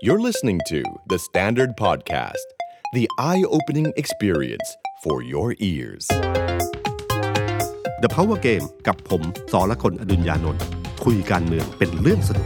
You're listening to The Standard Podcast, the eye-opening experience for your ears. The Power Game กับผมสรกล อดุลยานนท์คุยการเมืองเป็นเรื่องสนุก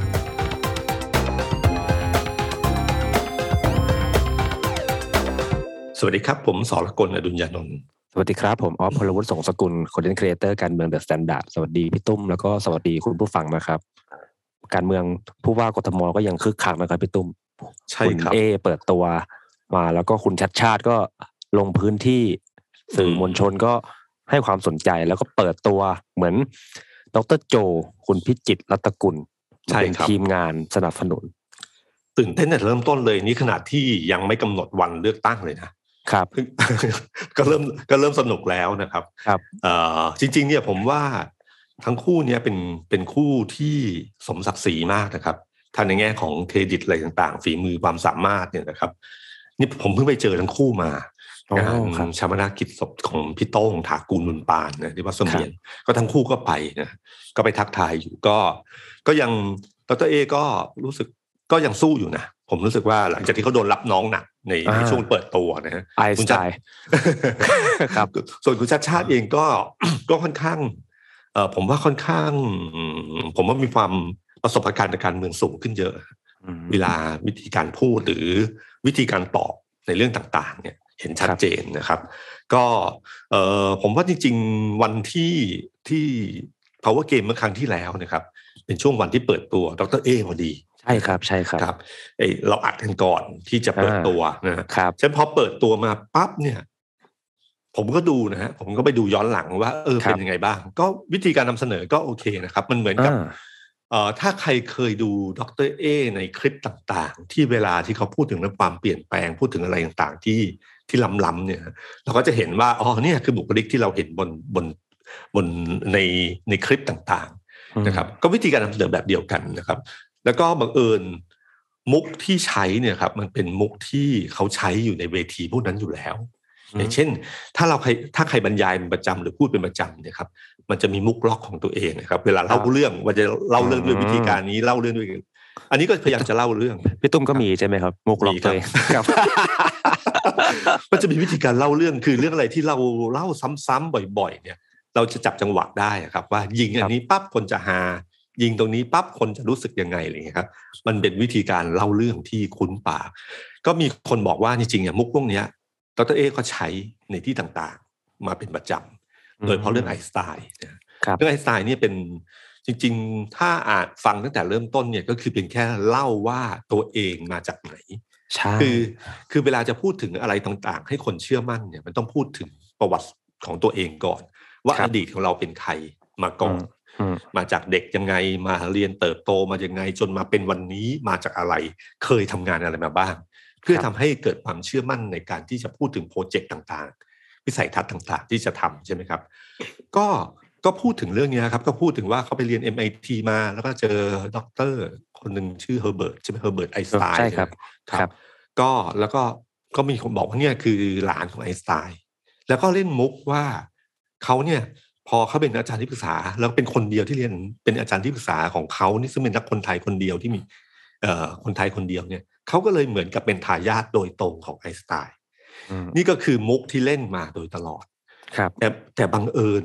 สวัสดีครับผมสรกล อดุลยานนท์สวัสดีครับผมออฟ พลวุฒิ สงสกุล คอนเทนต์ครีเอเตอร์การเมือง The Standard สวัสดีพี่ตุ้มแล้วก็สวัสดีคุณผู้ฟังนะครับการเมืองผู้ว่ากทมก็ยังคึกคักนะครับพี่ตุ้มใช่ครับคุณเปิดตัวมาแล้วก็คุณชัดชาติก็ลงพื้นที่สื่อมวลชนก็ให้ความสนใจแล้วก็เปิดตัวเหมือนดร.โจคุณพิจิตรรัตนกุลเป็นทีมงานสนับสนุนตื่นเต้นแต่เริ่มต้นเลยนี่ขนาดที่ยังไม่กำหนดวันเลือกตั้งเลยนะครับ ก็เริ่มสนุกแล้วนะครับครับจริงๆเนี่ยผมว่าทั้งคู่เนี่ยเป็นคู่ที่สมศักดิ์ศรีมากนะครับถ้าในแง่ของเครดิตอะไรต่างๆฝีมือความสามารถเนี่ยนะครับนี่ผมเพิ่งไปเจอทั้งคู่มางานชาปนกิจศพของพี่โต้งถากูลบุญปานนะที่วัดเสมียนก็ทั้งคู่ก็ไปนะก็ไปทักทายอยู่ก็ยังดร.ก็รู้สึกก็ยังสู้อยู่นะผมรู้สึกว่าหลังจากที่เขาโดนรับน้องหนักในช่วงเปิดตัวนะฮะคุณชัดครับส่วนคุณชัดชาติเองก็ค่อนข้างผมว่าค่อนข้างผมว่ามีความประสบการณ์ในการเมืองสูงขึ้นเยอะเวลาวิธีการพูดหรือวิธีการตอบในเรื่องต่างๆเนี่ยเห็นชัดเจนนะครับก็ผมว่าจริงๆวันที่ Power Game เมื่อครั้งที่แล้วนะครับเป็นช่วงวันที่เปิดตัวดร.พอดีใช่ครับใช่ครับเราอัดกันก่อนที่จะเปิดตัวนะครับฉะนั้นพอเปิดตัวมาปั๊บเนี่ยผมก็ดูนะฮะผมก็ไปดูย้อนหลังว่าเป็นยังไงบ้างก็วิธีการนำเสนอก็โอเคนะครับมันเหมือนกับถ้าใครเคยดูดร.ในคลิปต่างๆที่เวลาที่เขาพูดถึงเรื่องความเปลี่ยนแปลงพูดถึงอะไรต่างๆที่ล้ำๆเนี่ยเราก็จะเห็นว่าเนี่ยคือบุคลิกที่เราเห็นบนในคลิปต่างๆนะครับก็วิธีการนำเสนอแบบเดียวกันนะครับแล้วก็บังเอิญมุกที่ใช้เนี่ยครับมันเป็นมุกที่เขาใช้อยู่ในเวทีพวกนั้นอยู่แล้วอย่างเช่นถ้าใครบรรยายเป็นประจำหรือพูดเป็นประจำเนี่ยครับมันจะมีมุกล็อกของตัวเองนะครับเวลาเล่าเรื่องว่าจะเล่าเรื่องด้วยวิธีการนี้เล่าเรื่องด้วยอันนี้ก็พยายามจะเล่าเรื่องพี่ตุ้มก็มีใช่ไหมครับมุกล็อกตัวเองครับมันจะมีวิธีการเล่าเรื่องคือเรื่องอะไรที่เราเล่าซ้ำๆบ่อยๆเนี่ยเราจะจับจังหวะได้ครับว่ายิงอันนี้ปั๊บคนจะฮายิงตรงนี้ปั๊บคนจะรู้สึกยังไงอะไรอย่างเงี้ยครับมันเป็นวิธีการเล่าเรื่องที่คุ้นปากก็มีคนบอกว่าจริงๆมุกพวกเนี้ยดร.ก็ใช้ในที่ต่างๆมาเป็นประจำโดยเฉพาะเรื่องไอน์สไตน์เรื่องไอน์สไตน์เนี่ยเป็นจริงๆถ้าอ่านฟังตั้งแต่เริ่มต้นเนี่ยก็คือเป็นแค่เล่าว่าตัวเองมาจากไหนคือเวลาจะพูดถึงอะไรต่างๆให้คนเชื่อมั่นเนี่ยมันต้องพูดถึงประวัติของตัวเองก่อนว่าอดีตของเราเป็นใครมาก่อนมาจากเด็กยังไงมาเรียนเติบโตมายังไงจนมาเป็นวันนี้มาจากอะไรเคยทำงานอะไรมาบ้างเพื่อทำให้เกิดความเชื่อมั่นในการที่จะพูดถึงโปรเจกต์ต่างๆวิสัยทัศน์ต่างๆที่จะทำใช่ไหมครับก็พูดถึงเรื่องนี้ครับก็พูดถึงว่าเขาไปเรียน MIT มาแล้วก็เจอด็อกเตอร์คนหนึ่งชื่อเฮอร์เบิร์ตใช่ไหมเฮอร์เบิร์ตไอน์สไตน์ใช่ครับแล้วก็มีคนบอกว่าเนี่ยคือหลานของไอน์สไตน์แล้วก็เล่นมุกว่าเขาเนี่ยพอเขาเป็นอาจารย์ที่ปรึกษาแล้วเป็นคนเดียวที่เรียนเป็นอาจารย์ที่ปรึกษาของเขานี่ซึ่งเป็นนักคนไทยคนเดียวที่มีคนไทยคนเดียวเนี่ยเขาก็เลยเหมือนกับเป็นทายาทโดยตรงของไอน์สไตน์นี่ก็คือมุกที่เล่นมาโดยตลอดแต่บังเอิญ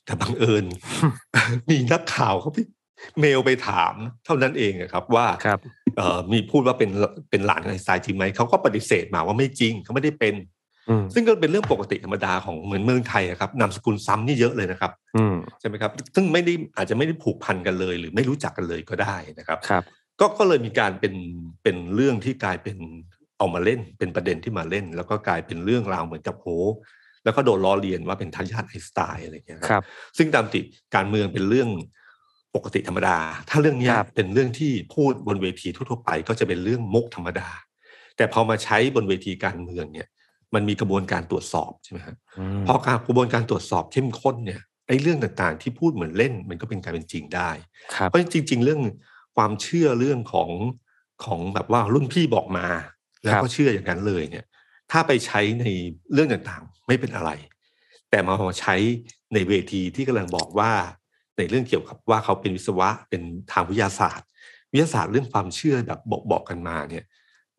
มีนักข่าวเขาเมลไปถามเท่านั้นเองครับว่ามีพูดว่าเป็นหลานไอน์สไตน์จริงไหมเขาก็ปฏิเสธมาว่าไม่จริงเขาไม่ได้เป็นซึ่งก็เป็นเรื่องปกติธรรมดาของเหมือนเมืองไทยครับนามสกุลซ้ำนี่เยอะเลยนะครับใช่ไหมครับซึ่งอาจจะไม่ได้ผูกพันกันเลยหรือไม่รู้จักกันเลยก็ได้นะครับก็เลยมีการเป็นเรื่องที่กลายเป็นเอามาเล่นเป็นประเด็นที่มาเล่นแล้วก็กลายเป็นเรื่องราวเหมือนกับแล้วก็โดนล้อเลียนว่าเป็นทายาทไอน์สไตน์อะไรอย่างเงี้ยครับซึ่งตามติการเมืองเป็นเรื่องปกติธรรมดาถ้าเรื่องนี้เป็นเรื่องที่พูดบนเวทีทั่วๆไปก็จะเป็นเรื่องมุกธรรมดาแต่พอมาใช้บนเวทีการเมืองเนี่ยมันมีกระบวนการตรวจสอบใช่ไหมครับพอกระบวนการตรวจสอบเข้มข้นเนี่ยไอ้เรื่องต่างๆที่พูดเหมือนเล่นมันก็เป็นการเป็นจริงได้เพราะจริงๆเรื่องความเชื่อเรื่องของแบบว่ารุ่นพี่บอกมาแล้วก็เชื่ออย่างนั้นเลยเนี่ยถ้าไปใช้ในเรื่องต่างๆไม่เป็นอะไรแต่มาใช้ในเวทีที่กำลังบอกว่าในเรื่องเกี่ยวกับว่าเขาเป็นวิศวะเป็นทางวิทยาศาสตร์เรื่องความเชื่อแบบบอกกันมาเนี่ย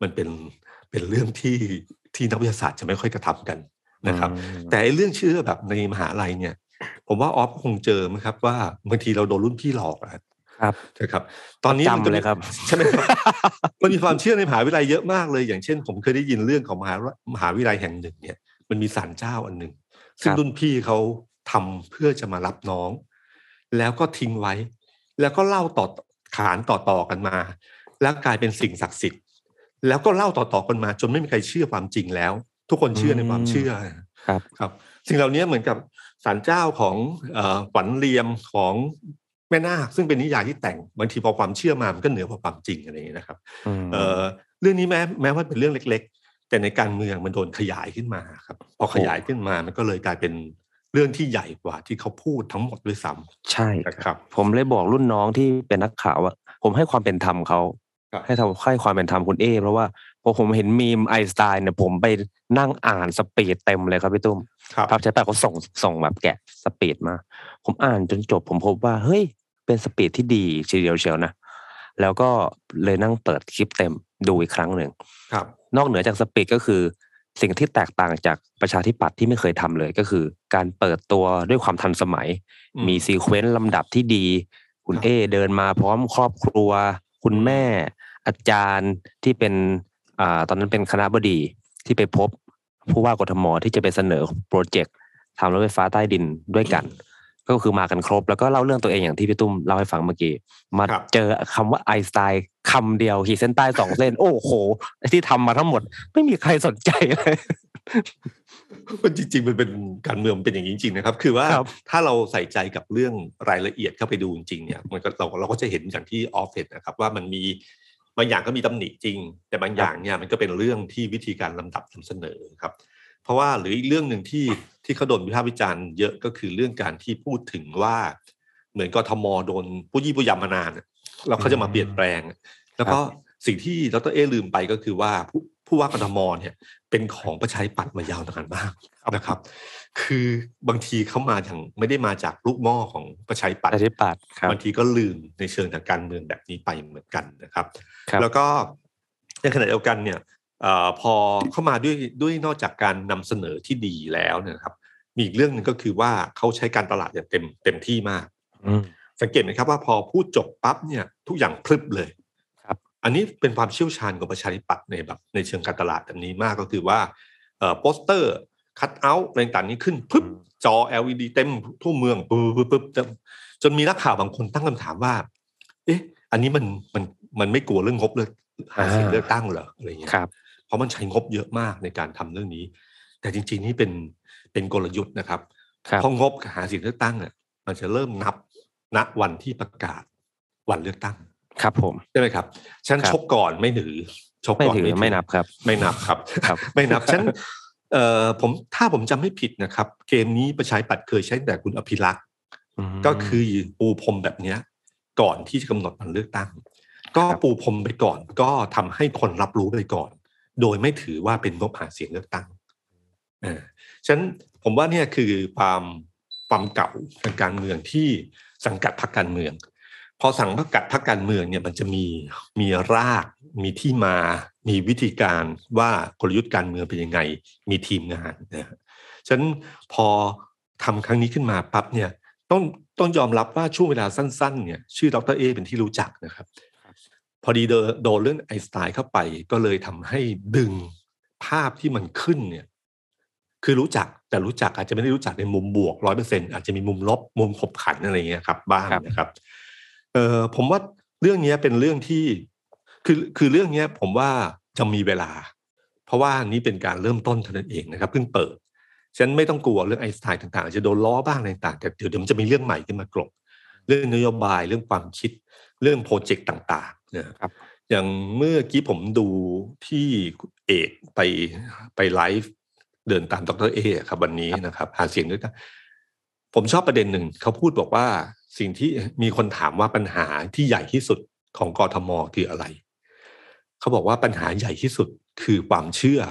มันเป็นเรื่องที่นักวิทยาศาสตร์จะไม่ค่อยกระทำกันนะครับแต่เรื่องเชื่อแบบในมหาลัยเนี่ยผมว่าออฟคงเจอมั้งครับว่าบางทีเราโดนรุ่นพี่หลอกครับนะครับตอนนี้มันจะเลยครับใช่ไหมครับมันมีความเชื่อในมหาวิทยาลัยเยอะมากเลยอย่างเช่นผมเคยได้ยินเรื่องของมหาวิทยาลัยแห่งหนึ่งเนี่ยมันมีศาลเจ้าอันหนึ่งซึ่งรุ่นพี่เขาทำเพื่อจะมารับน้องแล้วก็ทิ้งไว้แล้วก็เล่าต่อขานต่อกันมาแล้วกลายเป็นสิ่งศักดิ์สิทธิ์แล้วก็เล่าต่อกันมาจนไม่มีใครเชื่อความจริงแล้วทุกคนเชื่อในความเชื่อครับสิ่งเหล่านี้เหมือนกับศาลเจ้าของขวัญเรียมของแม่นาคซึ่งเป็นนิยายที่แต่งบางทีพอความเชื่อมามันก็เหนือกว่าความจริงอะไรอย่างนี้นะครับเรื่องนี้แม้ว่าเป็นเรื่องเล็กๆแต่ในการเมืองมันโดนขยายขึ้นมาครับพอขยายขึ้นมามันก็เลยกลายเป็นเรื่องที่ใหญ่กว่าที่เขาพูดทั้งหมดด้วยซ้ำใช่ครับผมเลยบอกรุ่นน้องที่เป็นนักข่าวว่าผมให้ความเป็นธรรมเขาให้ความเป็นธรรมคุณเพราะว่าพอผมเห็นมีมไอน์สไตน์เนี่ยผมไปนั่งอ่านสปีดเต็มเลยครับพี่ตุ้มภาพใช้แปลเขาส่งแบบแกะสปีดมาผมอ่านจนจบผมพบว่าเฮ้ยเป็นสปีดที่ดีเชียวนะแล้วก็เลยนั่งเปิดคลิปเต็มดูอีกครั้งหนึ่งนอกเหนือจากสปีดก็คือสิ่งที่แตกต่างจากประชาธิปัตย์ที่ไม่เคยทำเลยก็คือการเปิดตัวด้วยความทันสมัยมีซีเควนซ์ลำดับที่ดีคุณเดินมาพร้อมครอบครัวคุณแม่อาจารย์ที่เป็นตอนนั้นเป็นคณบดีที่ไปพบผู้ว่ากทมที่จะไปเสนอโปรเจกต์ทำรถไฟฟ้าใต้ดินด้วยกันก็คือมากันครบแล้วก็เล่าเรื่องตัวเองอย่างที่พี่ตุ้มเล่าให้ฟังเมื่อกี้มาเจอคำว่าไอน์สไตน์คำเดียวขีดเส้นใต้2 เส้นโอ้โหที่ทำมาทั้งหมดไม่มีใครสนใจเลยมันจริงๆมันเป็นการเมืองเป็นอย่างนี้จริงๆนะครับคือว่าถ้าเราใส่ใจกับเรื่องรายละเอียดเข้าไปดูจริงๆเนี่ยมันก็เราก็จะเห็นอย่างที่ออฟเฟตนะครับว่ามันมีบางอย่างก็มีตำหนิจริงแต่บางอย่างเนี่ยมันก็เป็นเรื่องที่วิธีการลำดับนำเสนอครับเพราะว่าหรืออีกเรื่องหนึ่งที่เขาโดนวิพากษ์วิจารณ์เยอะก็คือเรื่องการที่พูดถึงว่าเหมือนกทมโดนผู้ยี่ผู้ยำมานานแล้วเขาจะมาเปลี่ยนแปลงแล้วก็สิ่งที่ดร.ลืมไปก็คือว่าผู้ว่ากทมเนี่ยเป็นของประชาธิปัตย์มายาวนานมากนะครับคือบางทีเขามาอย่างไม่ได้มาจากลูกหม้อของประชาธิปัตย์บางทีก็ลืมในเชิงทางการเมืองแบบนี้ไปเหมือนกันนะครับแล้วก็ในขณะเดียวกันเนี่ยพอเข้ามาด้วยนอกจากการนำเสนอที่ดีแล้วนะครับมีอีกเรื่องนึงก็คือว่าเขาใช้การตลาดอย่างเต็มที่มากสังเกตไหมครับว่าพอพูดจบปั๊บเนี่ยทุกอย่างพลึบเลยอันนี้เป็นความเชี่ยวชาญของประชาธิปัตย์ในเชิงการตลาดแบบนี้มากก็คือว่าโปสเตอร์คัทเอาท์อะไรต่างๆนี้ขึ้นปึ๊บจอ LED เต็มทั่วเมืองปึ๊บจนมีนักข่าวบางคนตั้งคำถามว่าเอ๊ะอันนี้มันไม่กลัวเรื่องงบเลยหาเสียงเลือกตั้งเหรออะไรอย่างเงี้ยเพราะมันใช้งบเยอะมากในการทำเรื่องนี้แต่จริงๆนี่เป็นกลยุทธ์นะครับเพราะงบหาเสียงเลือกตั้งเนี่ยมันจะเริ่มนับณวันที่ประกาศวันเลือกตั้งครับผมใช่ไหมครับฉันชกก่อนไม่ถือชกก่อนไม่นับครับไม่นับครับไม่นับฉันถ้าผมจำไม่ผิดนะครับเกมนี้ประชาธิปัตย์เคยใช้แต่คุณอภิรักษ์ก็คือปูพรมแบบนี้ก่อนที่จะกำหนดวันเลือกตั้งก็ปูพรมไปก่อนก็ทำให้คนรับรู้ไปก่อนโดยไม่ถือว่าเป็นงบหาเสียงเลือกตั้งฉะนั้นผมว่าเนี่ยคือความเก่าทางการเมืองที่สังกัดพรรคการเมืองพอสังกัดพรรคการเมืองเนี่ยมันจะมีรากมีที่มามีวิธีการว่ากลยุทธ์การเมืองเป็นยังไงมีทีมงานนะฉะนั้นพอทำครั้งนี้ขึ้นมาปั๊บเนี่ยต้องยอมรับว่าช่วงเวลาสั้นๆเนี่ยชื่อดร.เป็นที่รู้จักนะครับพอดีโดนเรื่องไอน์สไตน์เข้าไปก็เลยทำให้ดึงภาพที่มันขึ้นเนี่ยคือรู้จักแต่รู้จักอาจจะไม่ได้รู้จักในมุมบวก 100% อาจจะมีมุมลบมุมขบขันอะไรเงี้ยครับบ้างนะครับผมว่าเรื่องนี้เป็นเรื่องที่คือเรื่องนี้ผมว่าจะมีเวลาเพราะว่านี้เป็นการเริ่มต้นเท่านั้นเองนะครับเพิ่งเปิดฉันไม่ต้องกลัวเรื่องไอน์สไตน์ต่างๆจะโดนล้อบ้างอะไรต่างๆแต่เดี๋ยวมันจะมีเรื่องใหม่ขึ้นมากลบเรื่องนโยบายเรื่องความคิดเรื่องโปรเจกต์ต่างๆนะครับอย่างเมื่อกี้ผมดูที่เอกไปไลฟ์เดินตามดร.ครับวันนี้นะครับหาเสียงด้วยกันผมชอบประเด็นหนึ่งเขาพูดบอกว่าสิ่งที่มีคนถามว่าปัญหาที่ใหญ่ที่สุดของกทม.คืออะไรเขาบอกว่าปัญหาใหญ่ที่สุดคือความเชื่อ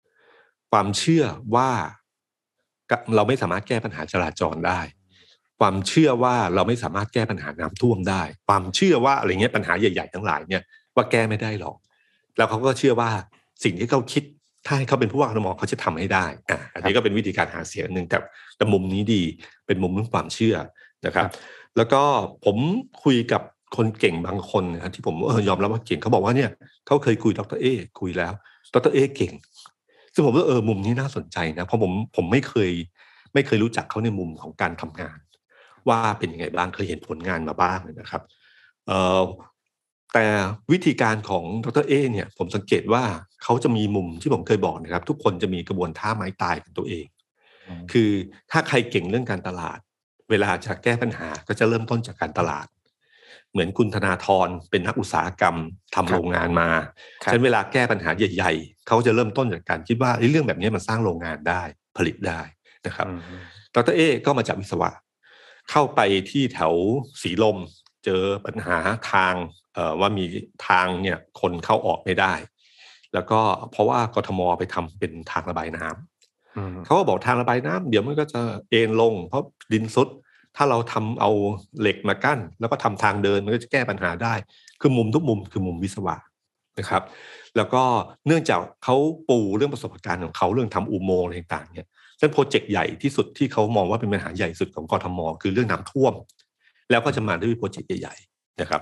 ว่าเราไม่สามารถแก้ปัญหาจราจรได้ความเชื่อว่าเราไม่สามารถแก้ปัญหาน้ำท่วมได้ความเชื่อว่าอะไรเงี้ยปัญหาใหญ่ๆทั้งหลายเนี่ยว่าแก้ไม่ได้หรอกแล้วเขาก็เชื่อว่าสิ่งที่เขาคิดถ้าให้เขาเป็นผู้ว่ากทมเขาจะทำให้ได้อันนี้ก็เป็นวิธีการหาเสียงนึงแต่มุมนี้ดีเป็นมุมเรื่องความเชื่อนะครับแล้วก็ผมคุยกับคนเก่งบางคนนะที่ผมยอมรับว่าเก่งเขาบอกว่าเนี่ยเขาเคยคุยดร.เอคุยแล้วดร.เอเก่งซึ่งผมว่ามุมนี้น่าสนใจนะเพราะผมไม่เคยรู้จักเขาในมุมของการทำงานว่าเป็นยังไงบ้างเคยเห็นผลงานมาบ้างนะครับแต่วิธีการของดร.เอเนี่ยผมสังเกตว่าเขาจะมีมุมที่ผมเคยบอกนะครับทุกคนจะมีกระบวนท่าไม้ตายของตัวเองคือถ้าใครเก่งเรื่องการตลาดเวลาจะแก้ปัญหาก็จะเริ่มต้นจากการตลาดเหมือนคุณธนาธรเป็นนักอุตสาหกรรมทำโรงงานมาฉะนั้นเวลาแก้ปัญหาใหญ่ๆเขาจะเริ่มต้นจากการคิดว่าเรื่องแบบนี้มันสร้างโรงงานได้ผลิตได้นะครับดร.เอก็มาจากวิศวะเข้าไปที่แถวสีลมเจอปัญหาทางว่ามีทางเนี่ยคนเข้าออกไม่ได้แล้วก็เพราะว่ากทมไปทำเป็นทางระบายน้ำเขาก็บอกทางระบายน้ำเดี๋ยวมันก็จะเอ็นลงเพราะดินซุดถ้าเราทำเอาเหล็กมากั้นแล้วก็ทำทางเดินมันก็จะแก้ปัญหาได้คือมุมทุกมุมคือมุมวิศวะนะครับแล้วก็เนื่องจากเขาปูเรื่องประสบการณ์ของเขาเรื่องทำอุโมงค์อะไรต่างๆเนี่ยฉะนั้นโปรเจกต์ใหญ่ที่สุดที่เขามองว่าเป็นปัญหาใหญ่สุดของกทมคือเรื่องน้ำท่วมแล้วก็จะมาด้วยโปรเจกต์ใหญ่ๆนะครับ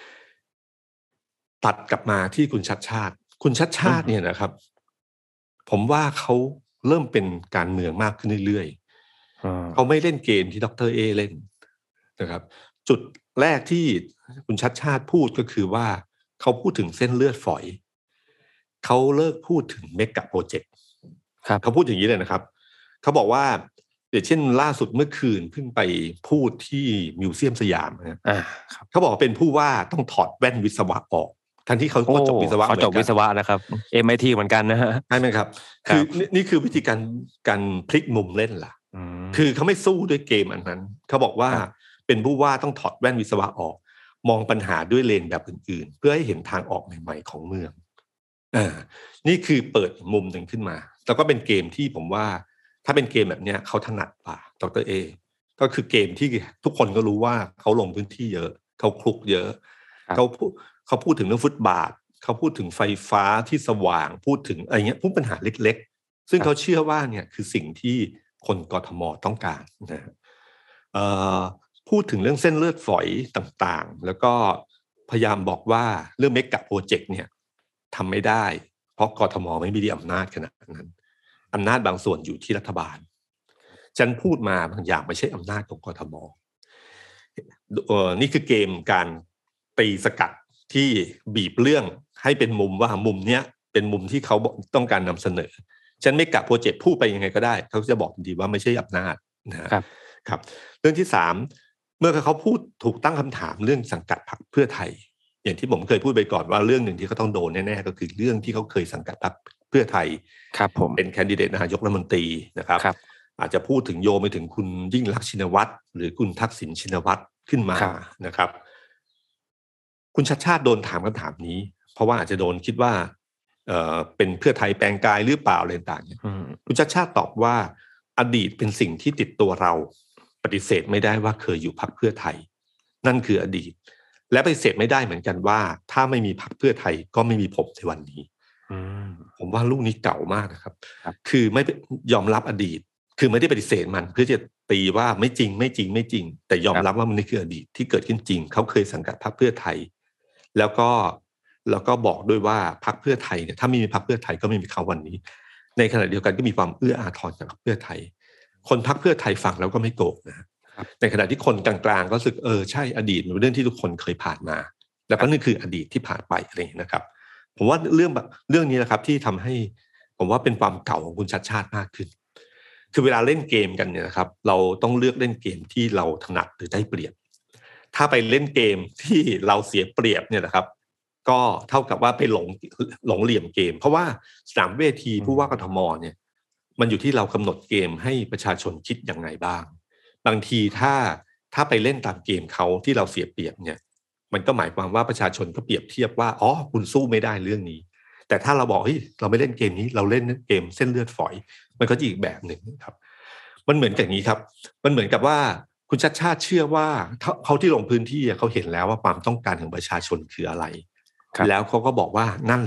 ตัดกลับมาที่คุณชัดชาติเนี่ยนะครับผมว่าเขาเริ่มเป็นการเมืองมากขึ้นเรื่อยๆเขาไม่เล่นเกมที่ดร.เอเล่นนะครับจุดแรกที่คุณชัดชาติพูดก็คือว่าเขาพูดถึงเส้นเลือดฝอยเขาเลิกพูดถึงเมกะโปรเจกต์เขาพูดอย่างนี้เลยนะครับเขาบอกว่าเช่นล่าสุดเมื่อคืนเพิ่งไปพูดที่มิวเซียมสยามนะครับเขาบอกเป็นผู้ว่าต้องถอดแว่นวิศวะออกทั้งที่เขาจบวิศวะเขาจบวิศวะนะครับ MIT เหมือนกันนะฮะใช่ไหมครับคือนี่คือวิธีการพลิกมุมเล่นล่ะคือเขาไม่สู้ด้วยเกมอันนั้นเขาบอกว่าเป็นผู้ว่าต้องถอดแว่นวิศวะออกมองปัญหาด้วยเลนแบบอื่นๆเพื่อให้เห็นทางออกใหม่ๆของเมืองนี่คือเปิดมุมหนึ่งขึ้นมาแล้วก็เป็นเกมที่ผมว่าถ้าเป็นเกมแบบนี้เขาถนัดกว่าดร.เอก็คือเกมที่ทุกคนก็รู้ว่าเขาลงพื้นที่เยอะเขาคลุกเยอะเขาพูดถึงเรื่องฟุตบาทเขาพูดถึงไฟฟ้าที่สว่างพูดถึงอะไรเงี้ยพูดปัญหาเล็กๆซึ่งเขาเชื่อว่าเนี่ยคือสิ่งที่คนกทมต้องการนะพูดถึงเรื่องเส้นเลือดฝอยต่างๆแล้วก็พยายามบอกว่าเรื่องเมกะโปรเจกต์เนี่ยทำไม่ได้เพราะกทมไม่มีอำนาจขนาดนั้นอำนาจบางส่วนอยู่ที่รัฐบาลฉันพูดมาบางอย่างไม่ใช่อำนาจของกทมนี่คือเกมการตีสกัดที่บีบเรื่องให้เป็นมุมว่ามุมเนี้ยเป็นมุมที่เขาต้องการนำเสนอฉันไม่กะโปรเจกต์พูดไปยังไงก็ได้เขาจะบอกดีว่าไม่ใช่อำนาจนะครับเรื่องที่3เมื่อเขาพูดถูกตั้งคำถามเรื่องสังกัดพรรคเพื่อไทยอย่างที่ผมเคยพูดไปก่อนว่าเรื่องหนึ่งที่เขาต้องโดนแน่ๆก็คือเรื่องที่เขาเคยสังกัดพรรคเพื่อไทยเป็นแคนดิเดตนายกรัฐมนตรีนะครับอาจจะพูดถึงโยงไปถึงคุณยิ่งลักษณ์ชินวัตรหรือคุณทักษิณชินวัตรขึ้นมานะครับคุณชัดชาติโดนถามคำถามนี้เพราะว่าอาจจะโดนคิดว่าเป็นเพื่อไทยแปลงกายหรือเปล่าอะไรต่างๆคุณชัดชาติตอบว่าอดีตเป็นสิ่งที่ติดตัวเราปฏิเสธไม่ได้ว่าเคยอยู่พรรคเพื่อไทยนั่นคืออดีตและปฏิเสธไม่ได้เหมือนกันว่าถ้าไม่มีพรรคเพื่อไทยก็ไม่มีผมในวันนี้ผมว่าลูกนี้เก่ามากนะครับคือไม่ยอมรับอดีตคือไม่ได้ปฏิเสธมันเพื่อจะตีว่าไม่จริงแต่ยอมรับว่ามันนี่คืออดีตที่เกิดขึ้นจริงเขาเคยสังกัดพรรคเพื่อไทยแล้วก็บอกด้วยว่าพรรคเพื่อไทยเนี่ยถ้าไม่มีพรรคเพื่อไทยก็ไม่มีเขาวันนี้ในขณะเดียวกันก็มีความเอื้ออาทรกับเพื่อไทยคนพรรคเพื่อไทยฟังแล้วก็ไม่โกรธนะในขณะที่คนกลางๆก็รู้สึกใช่อดีตเป็นเรื่องที่ทุกคนเคยผ่านมาแล้วก็นี่คืออดีตที่ผ่านไปอะไรอย่างนี้นะครับผมว่าเรื่องนี้นะครับที่ทำให้ผมว่าเป็นความเก่าของคุณชัดชาติมากขึ้นคือเวลาเล่นเกมกันเนี่ยนะครับเราต้องเลือกเล่นเกมที่เราถนัดหรือได้เปรียบถ้าไปเล่นเกมที่เราเสียเปรียบเนี่ยนะครับก็เท่ากับว่าไปหลงเหลี่ยมเกมเพราะว่าสนามเวทีผู้ว่ากทมเนี่ยมันอยู่ที่เรากำหนดเกมให้ประชาชนคิดอย่างไรบ้างบางทีถ้าไปเล่นตามเกมเขาที่เราเสียเปรียบเนี่ยมันก็หมายความว่าประชาชนก็เปรียบเทียบว่าคุณสู้ไม่ได้เรื่องนี้แต่ถ้าเราบอกเราไม่เล่นเกมนี้เราเล่นเกมเส้นเลือดฝอยมันก็จะอีกแบบหนึ่งครับมันเหมือนกับนี้ครับมันเหมือนกับว่าคุณชัดชาติเชื่อว่าเขาที่ลงพื้นที่เขาเห็นแล้วว่าความต้องการของประชาชนคืออะไรแล้วเขาก็บอกว่านั่นแหละค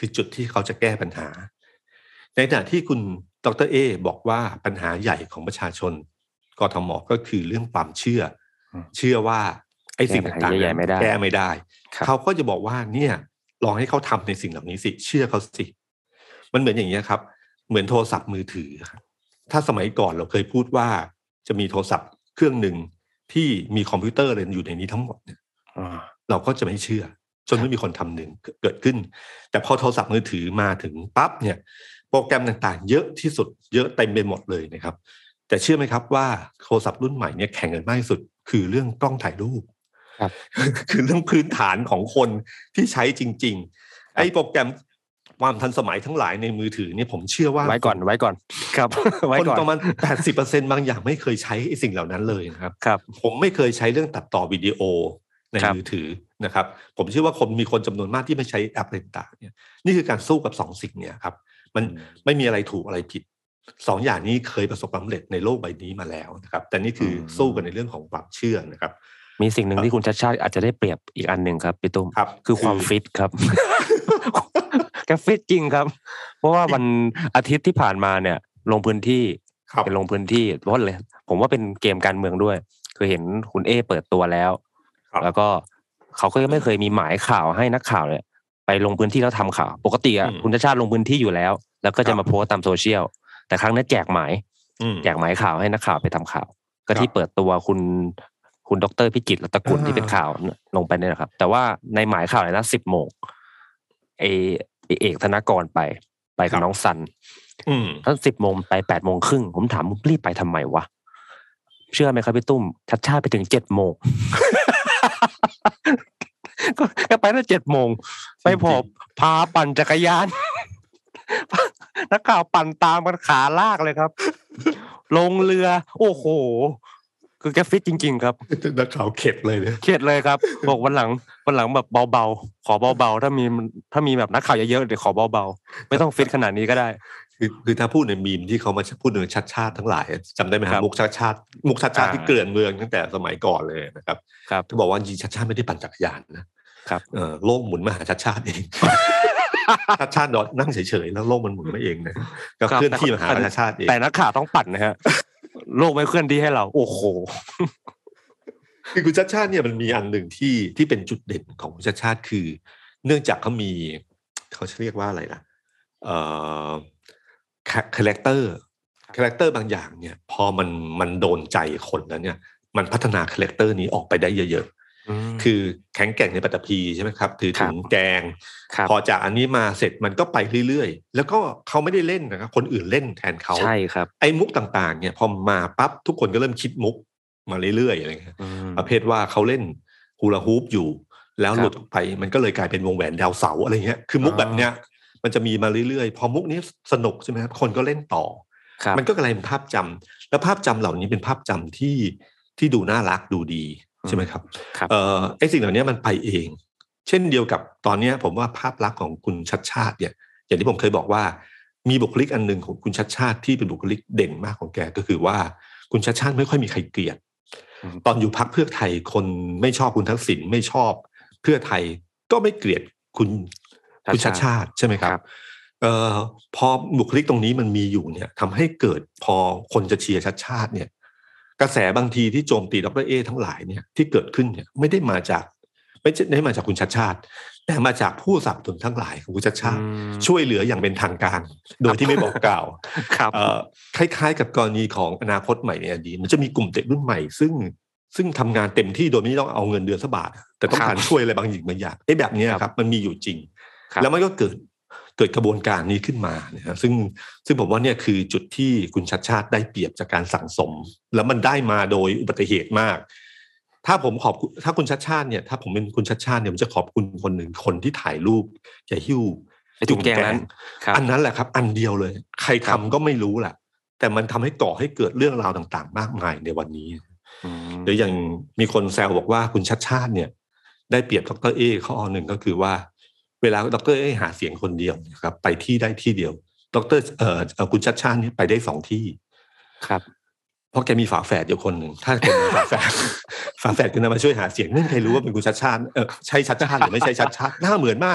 คือจุดที่เขาจะแก้ปัญหาในขณะที่คุณดร.เอบอกว่าปัญหาใหญ่ของประชาชนกทม.ก็คือเรื่องความเชื่อว่าไอ้สิ่งต่างๆแก้ไม่ได้เขาก็จะบอกว่าเนี่ยลองให้เขาทำในสิ่งเหล่านี้สิเชื่อเขาสิมันเหมือนอย่างนี้ครับเหมือนโทรศัพท์มือถือถ้าสมัยก่อนเราเคยพูดว่าจะมีโทรศัพท์เครื่องหนึ่งที่มีคอมพิวเตอร์เลยอยู่ในนี้ทั้งหมดเนี่ยเราก็จะไม่เชื่อจนไม่มีคนทำหนึ่งเกิดขึ้นแต่พอโทรศัพท์มือถือมาถึงปั๊บเนี่ยโปรแกรมต่างๆเยอะที่สุดเยอะเต็มไปหมดเลยนะครับแต่เชื่อไหมครับว่าโทรศัพท์รุ่นใหม่เนี่ยแข่งกันมากที่สุดคือเรื่องกล้องถ่ายรูปคือเรื่องพื้นฐานของคนที่ใช้จริงๆไอ้โปรแกรมความทันสมัยทั้งหลายในมือถือเนี่ยผมเชื่อว่าไว้ก่อนครับคนประมาณ 80% บางอย่างไม่เคยใช้ไอ้สิ่งเหล่านั้นเลยนะครับผมไม่เคยใช้เรื่องตัดต่อวิดีโอในมือถือนะครับผมเชื่อว่ามีคนจำนวนมากที่ไม่ใช้แอปต่างๆเนี่ยนี่คือการสู้กับ2 สิ่งเนี่ยครับมันไม่มีอะไรถูกอะไรผิด2 อย่างนี้เคยประสบความสำเร็จในโลกใบนี้มาแล้วนะครับแต่นี่คือสู้กันในเรื่องของความเชื่อนะครับมีสิ่งหนึ่งที่คุณชัชชาติอาจจะได้เปรียบอีกอันหนึ่งครับพี่ตุ้มคือความฟิตครับแกฟิตจริงครับเพราะว่าวันอาทิตย์ที่ผ่านมาเนี่ยลงพื้นที่เป็นลงพื้นที่เพราะเลยผมว่าเป็นเกมการเมืองด้วยคือเห็นคุณเอเปิดตัวแล้วแล้วก็เขาก็ไม่เคยมีหมายข่าวให้นักข่าวเนี่ยไปลงพื้นที่แล้วทำข่าวปกติอ่ะคุณชัชชาติลงพื้นที่อยู่แล้วแล้วก็จะมาโพสต์ตามโซเชียลแต่ครั้งนี้แจกหมายข่าวให้นักข่าวไปทำข่าวก็ที่เปิดตัวคุณดร.พิจิตรรัตนกุลที่เป็นข่าวลงไปเนี่ยนะครับแต่ว่าในหมายข่าวนะ10 โมงเอกธนกรไปกับน้องซันทั้ง10 โมงไป8 โมงครึ่งผมถามมึงรีบไปทำไมวะเชื่อไหมครับพี่ตุ้มชัดชาติไปถึง7 โมงก็ไปตั้ง7 โมงไปพาปั่นจักรยานนักข่าวปั่นตามกันขาลากเลยครับลงเรือโอ้โหคือแกฟิตจริงๆครับนักข่าวเข็ดเลยเนี่ยเข็ดเลยครับบอกวันหลังแบบเบาๆขอเบาๆถ้ามีแบบนักข่าวเยอะๆเดี๋ยวขอเบาๆไม่ต้องฟิตขนาดนี้ก็ได้คือถ้าพูดในมีมที่เขามาพูดถึงชัดชาติทั้งหลายจำได้ไหมครับมุกชัดชาติที่เกลื่อนเมืองตั้งแต่สมัยก่อนเลยนะครับที่บอกว่าจริงชัดชาติไม่ได้ปั่นจักรยานนะครับโลกหมุนมาหาชัดชาติเองชัดชาตินั่งเฉยๆแล้วโลกมันหมุนมาเองนะก็เคลื่อนที่มาหาชัดชาติเองแต่นักข่าวต้องปั่นนะฮะโลกไม่เคลื่อนที่ให้เราโอ้โหคือคุณชัดชาติเนี่ยมันมีอันหนึ่งที่เป็นจุดเด่นของคุณชัดชาติคือเนื่องจากเขาเรียกว่าอะไรล่ะคาแรคเตอร์บางอย่างเนี่ยพอมันโดนใจคนแล้วเนี่ยมันพัฒนาคาแรคเตอร์นี้ออกไปได้เยอะๆคือแข็งแกร่งในปัตตภีใช่ไหมครับถือถุงแกงพอจากอันนี้มาเสร็จมันก็ไปเรื่อยๆแล้วก็เขาไม่ได้เล่นนะครับคนอื่นเล่นแทนเขาใช่ครับไอ้มุกต่างๆเนี่ยพอมาปั๊บทุกคนก็เริ่มคิดมุกมาเรื่อยๆอะไรเงี้ยประเภทว่าเขาเล่นฮูลาฮูปอยู่แล้วหลุดออกไปมันก็เลยกลายเป็นวงแหวนดาวเสาร์อะไรเงี้ยคือมุกแบบเนี้ยมันจะมีมาเรื่อยๆพอมุกนี้สนุกใช่ไหมครับคนก็เล่นต่อมันก็กลายเป็นภาพจำแล้วภาพจำเหล่านี้เป็นภาพจำที่ดูน่ารักดูดีใช่ไหมครับไอ้สิ่งเหล่านี้มันไปเองเช่นเดียวกับตอนนี้ผมว่าภาพลักษณ์ของคุณชัดชาติเนี่ยอย่างที่ผมเคยบอกว่ามีบุคลิกอันนึงของคุณชัดชาติที่เป็นบุคลิกเด่นมากของแกก็คือว่าคุณชัดชาติไม่ค่อยมีใครเกลียดตอนอยู่พรรคเพื่อไทยคนไม่ชอบคุณทักษิณไม่ชอบเพื่อไทยก็ไม่เกลียดคุณชัดชาติใช่ไหมครับพอบุคลิกตรงนี้มันมีอยู่เนี่ยทำให้เกิดพอคนจะเชียร์ชัดชาติเนี่ยกระแสบางทีที่โจมตีดร.เอทั้งหลายเนี่ยที่เกิดขึ้นเนี่ยไม่ได้มาจากคุณชัดชาติแต่มาจากผู้สนับสนุนทั้งหลายของคุณชัดชาติช่วยเหลืออย่างเป็นทางการโดยที่ไม่บอกกล่าวคล้ายๆกับกรณีของอนาคตใหม่ในอดีตมันจะมีกลุ่มเด็กรุ่นใหม่ซึ่งทำงานเต็มที่โดยไม่ต้องเอาเงินเดือนสักบาทแต่ต้องการช่วยอะไรบางอย่างแบบนี้ครับมันมีอยู่จริงแล้วมันก็เกิดกระบวนการนี้ขึ้นมานะซึ่งผมว่าเนี่ยคือจุดที่คุณชัดชาติได้เปรียบจากการสั่งสมแล้วมันได้มาโดยอุบัติเหตุมากถ้าคุณชัดชาติเนี่ยถ้าผมเป็นคุณชัดชาติเนี่ยผมจะขอบคุณคนหนึ่งคนที่ถ่ายรูปจะหิ้วจุ่มแกงนั้นอันนั้นแหละครับอันเดียวเลยใครทำก็ไม่รู้แหละแต่มันทำให้ก่อให้เกิดเรื่องราวต่างๆมากมายในวันนี้หรืออย่างมีคนแซวบอกว่าคุณชัดชาติเนี่ยได้เปรียบดร.เอข้อหนึ่งก็คือว่าเวลาดร.เอหาเสียงคนเดียวนะครับไปที่ได้ที่เดียวคุณชัดชาตินี่ไปได้2 ที่ครับเพราะแกมีฝาแฝดอยู่คนหนึ่งถ้าคนมีฝาแฝดคุณมาช่วยหาเสียงไม่มีใครรู้ว่าเป็นคุณชัดชาติใช่ชัดชาติหรือไม่ใช่ชัดชาติหน้าเหมือนมาก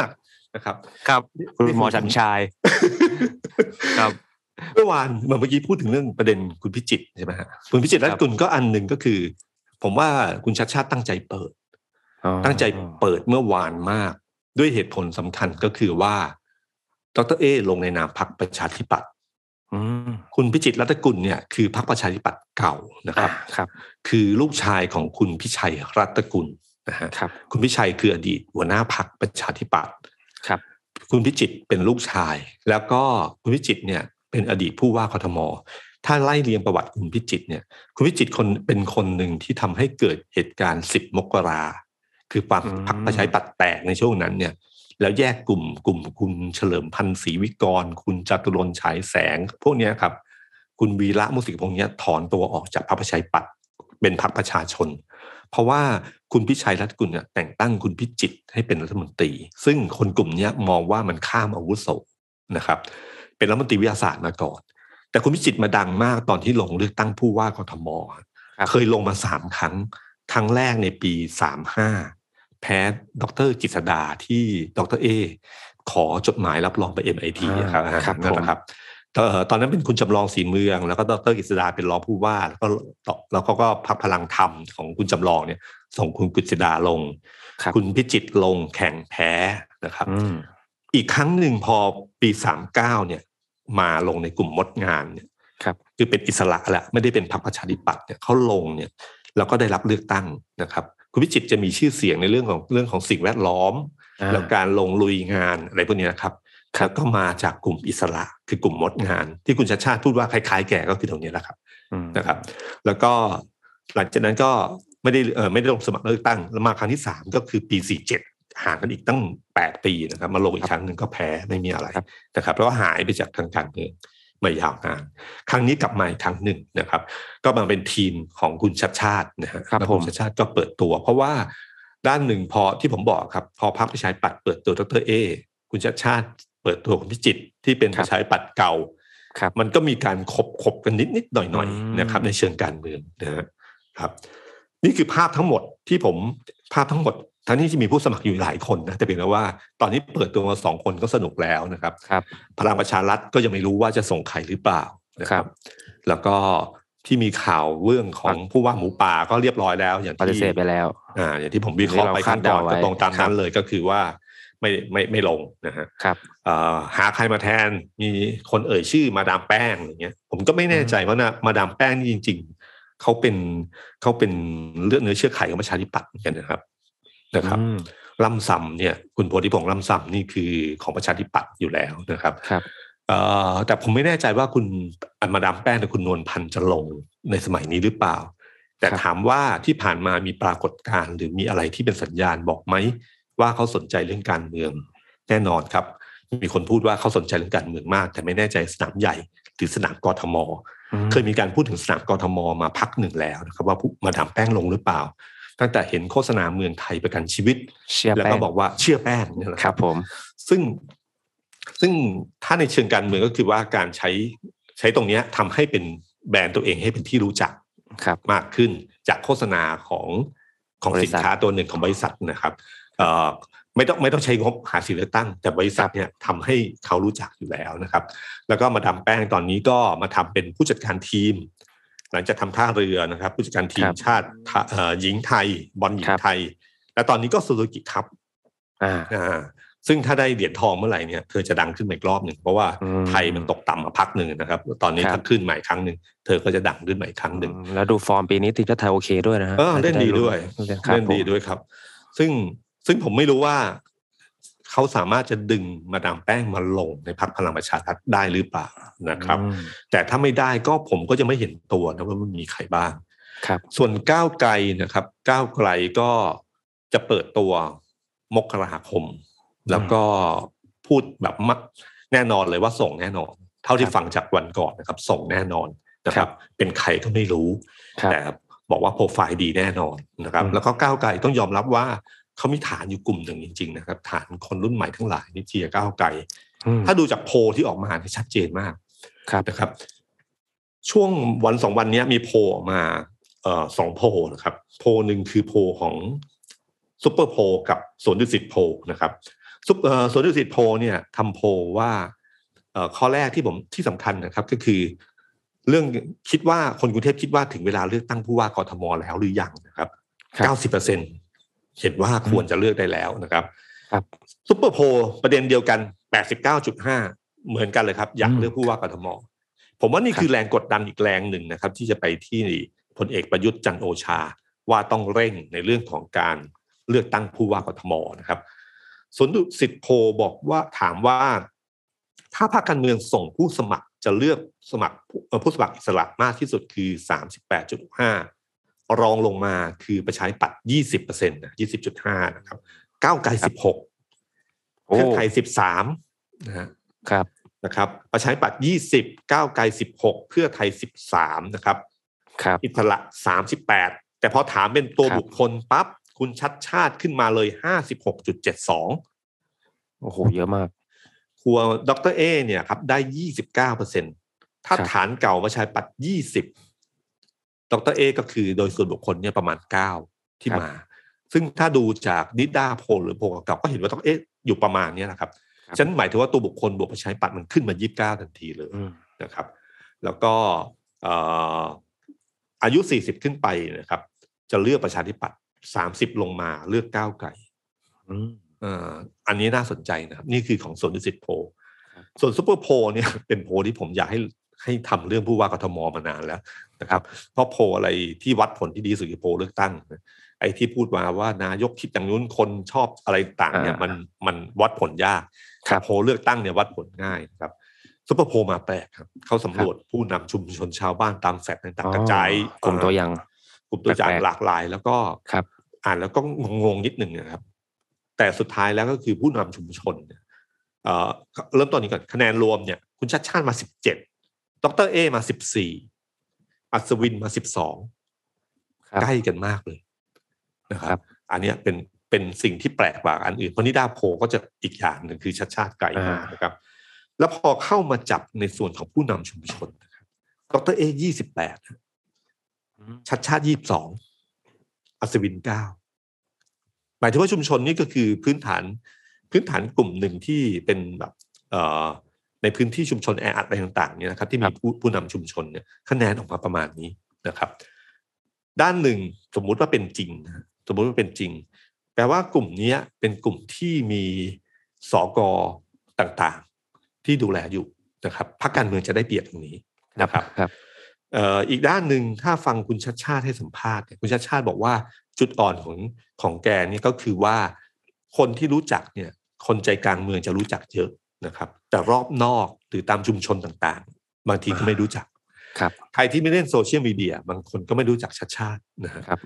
นะครับครับคุณหมอชันชายครับเมื่อวานเมื่อกี้พูดถึงเรื่องประเด็นคุณพิจิตรใช่ไหมฮะคุณพิจิตรรัตน์กุลก็อันหนึ่งก็คือผมว่าคุณชัชชาติตั้งใจเปิดเมื่อวานมากด้วยเหตุผลสำคัญก็คือว่าดร.เอลงในนามพรรคประชาธิปัตย์คุณพิจิตรรัตน์กุลเนี่ยคือพรรคประชาธิปัตย์เก่านะครับคือลูกชายของคุณพิชัยรัตน์กุลนะฮะคุณพิชัยคืออดีตหัวหน้าพรรคประชาธิปัตย์คุณพิจิตรเป็นลูกชายแล้วก็คุณพิจิตรเนี่ยเป็นอดีตผู้ว่ากทม.ถ้าไล่เรียงประวัติคุณพิจิตรเนี่ยคุณพิจิตรเป็นคนหนึ่งที่ทำให้เกิดเหตุการณ์10 มกราคือพรรคประชาธิปัตย์แตกในช่วงนั้นเนี่ยแล้วแยกกลุ่มคุณเฉลิมพันธ์ศรีวิกรคุณจตุรนต์ฉายแสงพวกนี้ครับคุณวีระมุสิกพงษ์เนี้ยถอนตัวออกจากพรรคประชาธิปัตย์เป็นพรรคประชาชนเพราะว่าคุณพิชัยรัตน์กุลเนี่ยแต่งตั้งคุณพิจิตรให้เป็นรัฐมนตรีซึ่งคนกลุ่มนี้มองว่ามันข้ามอาวุโสนะครับเป็นรัฐมนตรีวิทยาศาสตร์มาก่อนแต่คุณพิจิตรมาดังมากตอนที่ลงเลือกตั้งผู้ว่ากทม.เคยลงมา3 ครั้งแรกในปี35แพ้ดร.กฤษดาที่ดร.เอขอจดหมายรับรองไป MIT ครับนั่นแหละครับตอนนั้นเป็นคุณจำลองศรีเมืองแล้วก็ดร.กฤษดาเป็นรองผู้ว่าแล้วก็พรรคพลังธรรมของคุณจำลองเนี่ยส่งคุณกฤษดาลงคุณพิจิตรลงแข่งแพ้นะครับอีกครั้งหนึ่งพอปี39เนี่ยมาลงในกลุ่มมดงานเนี่ยคือเป็นอิสระแหละไม่ได้เป็นพรรคประชาธิปัตย์เนี่ยเขาลงเนี่ยแล้วก็ได้รับเลือกตั้งนะครับคุณพิจิตรจะมีชื่อเสียงในเรื่องของสิ่งแวดล้อมแล้วการลงลุยงานอะไรพวกนี้นะครับแล้วก็มาจากกลุ่มอิสระคือกลุ่มมดงานที่คุณชัชชาติพูดว่าคล้ายๆแก่ก็คือตรงนี้แหละครับนะครับแล้วก็หลังจากนั้นก็ไม่ได้ลงสมัครเลือกตั้งแล้วมาครั้งที่3ก็คือปี47ห่างกันอีกตั้ง8 ปีนะครับมาลงอีกครั้งนึงก็แพ้ไม่มีอะไรนะครับแล้วก็หายไปจากทางการเมืองไม่ยาวนานครั้งนี้กลับมาอีกครั้งหนึ่งนะครับก็มาเป็นทีมของคุณชัชชาตินะฮะแล้วคุณชัชชาติก็เปิดตัวเพราะว่าด้านหนึ่งพอที่ผมบอกครับพอพรรคประชาธิปัตย์เปิดตัวดร.เอคุณชัชชาติเปิดตัวคุณพิจิตรที่เป็นประชาธิปัตย์เก่ามันก็มีการขบกันนิดหน่อยๆนะครับในเชิงการเมืองนะครับนี่คือภาพทั้งหมดทั้งนี้ที่มีผู้สมัครอยู่หลายคนนะแต่เพียงแต่ว่าตอนนี้เปิดตัวมา2 คนก็สนุกแล้วนะครับพลังประชารัฐก็ยังไม่รู้ว่าจะส่งใครหรือเปล่านะครับแล้วก็ที่มีข่าวเรื่องของผู้ว่าหมูป่าก็เรียบร้อยแล้วอย่างที่ปฏิเสธไปแล้วอย่างที่ผมวิเคราะห์ไปข้างก่อนก็ตรงตามนั้นเลยก็คือว่าไม่ลงนะฮะหาใครมาแทนมีคนเอ่ยชื่อมาดามแป้งอย่างเงี้ยผมก็ไม่แน่ใจว่านะมาดามแป้งนี่จริงๆเขาเป็นเลือดเนื้อเชื้อไขของประชาธิปัตย์เหมือนกันนะครับล่ำซำเนี่ยคุณโพธิพงษ์ล่ำซำนี่คือของประชาธิปัตย์อยู่แล้วนะครับแต่ผมไม่แน่ใจว่าคุณมาดามแป้งหรือคุณนวลพันธ์จะลงในสมัยนี้หรือเปล่าแต่ถามว่าที่ผ่านมามีปรากฏการณ์หรือมีอะไรที่เป็นสัญญาณบอกไหมว่าเขาสนใจเรื่องการเมืองแน่นอนครับมีคนพูดว่าเขาสนใจเรื่องการเมืองมากแต่ไม่แน่ใจสนามใหญ่หรือสนามกทม.เคยมีการพูดถึงสนามกทม.มาพักหนึ่งแล้วนะครับว่ามาดามแป้งลงหรือเปล่าตั้งแต่เห็นโฆษณาเมืองไทยประกันชีวิตแล้วก็บอกว่าเชื่อแป้งนี่แหละครับผมซึ่งถ้าในเชิงการเมืองก็คือว่าการใช้ตรงนี้ทำให้เป็นแบรนด์ตัวเองให้เป็นที่รู้จักมากขึ้นจากโฆษณาของสินค้าตัวหนึ่งของบริษัทนะครับไม่ต้องใช้งบหาเสียงเลือกตั้งแต่บริษัทเนี่ยทำให้เขารู้จักอยู่แล้วนะครับแล้วก็มาดามแป้งตอนนี้ก็มาทำเป็นผู้จัดการทีมหลังจากทำท่าเรือนะครับผู้จัดการทีมชาติหญิงไทยบอลหญิงไทยและตอนนี้ก็ซูซูกิครับซึ่งถ้าได้เหรียญทองเมื่อไหร่เนี่ยเธอจะดังขึ้นอีกรอบหนึ่งเพราะว่าไทยมันตกต่ำมาพักหนึ่งนะครับตอนนี้ถ้าขึ้นใหม่ครั้งหนึ่งเธอก็จะดังขึ้นใหม่ครั้งหนึ่งแล้วดูฟอร์มปีนี้ทีมชาติไทยโอเคด้วยนะฮะเล่นดีด้วยครับซึ่งผมไม่รู้ว่าเขาสามารถจะดึงมาดามแป้งมาลงในพรรคพลังประชารัฐได้หรือเปล่านะครับแต่ถ้าไม่ได้ก็ผมก็จะไม่เห็นตัวนะว่ามันมีใครบ้างส่วนก้าวไกลนะครับก้าวไกลก็จะเปิดตัวมกราคมแล้วก็พูดแบบแน่นอนเลยว่าส่งแน่นอนเท่าที่ฟังจากวันก่อนนะครับส่งแน่นอนนะครับเป็นใครก็ไม่รู้แต่บอกว่าโปรไฟล์ดีแน่นอนนะครับแล้วก็ก้าวไกลต้องยอมรับว่าเขามีฐานอยู่กลุ่มหนึ่งจริงๆนะครับฐานคนรุ่นใหม่ทั้งหลายนี่เชียร์ก้าวไกลถ้าดูจากโพลที่ออกมาเนี่ยชัดเจนมากนะครับช่วงวัน2 วันนี้มีโพลออกมา2 โพลนะครับโพลหนึ่งคือโพลของซุปเปอร์โพลกับสวนดุสิตโพลนะครับสวนดุสิตโพลเนี่ยทำโพลว่าข้อแรกที่สำคัญนะครับก็คือเรื่องคิดว่าคนกรุงเทพคิดว่าถึงเวลาเลือกตั้งผู้ว่ากทมแล้วหรือยังนะครับ 90% เห็นว่าควรจะเลือกได้แล้วนะครับซุปเปอร์โพลประเด็นเดียวกัน 89.5 เหมือนกันเลยครับอยากเลือกผู้ว่ากทมผมว่านี่คือแรงกดดันอีกแรงหนึ่งนะครับที่จะไปที่พลเอกประยุทธ์จันทร์โอชาว่าต้องเร่งในเรื่องของการเลือกตั้งผู้ว่ากทมนะครับสวนดุสิตโพลบอกว่าถามว่าถ้าพรรคการเมืองส่งผู้สมัครจะเลือกผู้สมัครอิสระมากที่สุดคือ 38.5 รองลงมาคือประชาธิปัตย์ 20% นะ 20.5 นะครับก้าวไกล 16 เพื่อไทย 13 นะครับประชาธิปัตย์ 20 ก้าวไกล 16 เพื่อไทย 13 นะครับอิสระ 38 แต่พอถามเป็นตัวบุคคลปั๊บคุณชัดชาติขึ้นมาเลย 56.72 โอ้โหเยอะมากครัวดร.เอเนี่ยครับได้ 29%ถ้าฐานเก่าประชาธิปัตย์ 20ดร.เอก็คือโดยส่วนบุคคลเนี่ยประมาณ9ที่มาซึ่งถ้าดูจากนิด้าโพลหรือโพลเก่าก็เห็นว่าดร.เออยู่ประมาณนี้นะครับฉันหมายถึงว่าตัวบุคคลบวกประชาธิปัตย์มันขึ้นมา29ทันทีเลยนะครับแล้วก็อายุ40ขึ้นไปนะครับจะเลือกประชาธิปัตย์30ลงมาเลือกก้าวไกลอันนี้น่าสนใจนะครับนี่คือของสวนดุสิตโพลส่วนซุปเปอร์โพลเนี่ยเป็นโพลที่ผมอยากให้ทำเรื่องผู้ว่ากทมมานานแล้วนะครับเพราะโพลอะไรที่วัดผลที่ดีสุดคือโพลเลือกตั้งไอ้ที่พูดมาว่านายกคิดอย่างนู้นคนชอบอะไรต่างเนี่ยมันวัดผลยากโพลเลือกตั้งเนี่ยวัดผลง่ายนะครับซุปเปอร์โพลมาแปลกครับเขาสำรวจผู้นำชุมชนชาวบ้านตามแฟลตต่างๆกระจายกลุ่มตัวอย่างหลากหลายแล้วก็อ่านแล้วก็งงนิดนึงนะครับแต่สุดท้ายแล้วก็คือผู้นำชุมชนเนี่ยเริ่มต้นนี้ก่อนคะแนนรวมเนี่ยคุณชัดชาติมา17ดร.เอมา14อัศวินมา12ใกล้กันมากเลยนะครับอันนี้เป็นสิ่งที่แปลกกว่าอันอื่นเพราะนิด้าโพก็จะอีกอย่างหนึ่งคือชัดชาติไกลมากนะครับแล้วพอเข้ามาจับในส่วนของผู้นำชุมชนนะครับดร.เอ28ชัดชาติ22อัศวิน9หมายถึงว่าชุมชนนี่ก็คือพื้นฐานกลุ่มหนึ่งที่เป็นแบบในพื้นที่ชุมชนแออัดอะไรต่างๆเนี่ยนะครับที่มีผู้นำชุมชนเนี่ยคะแนนออกมาประมาณนี้นะครับด้านหนึ่งสมมุติว่าเป็นจริงนะสมมุติว่าเป็นจริงแปลว่ากลุ่มนี้เป็นกลุ่มที่มีสกต่างๆที่ดูแลอยู่นะครับพรรคการเมืองจะได้เปรียบตรงนี้นะครับอีกด้านหนึ่งถ้าฟังคุณชัดชาติให้สัมภาษณ์คุณชัดชาติบอกว่าจุดอ่อนของแกนี่ก็คือว่าคนที่รู้จักเนี่ยคนใจกลางเมืองจะรู้จักเยอะนะครับแต่รอบนอกหรือตามชุมชนต่างๆบางทีก็ไม่รู้จักใครที่ไม่เล่นโซเชียลมีเดียบางคนก็ไม่รู้จักชัดชาตินะครับ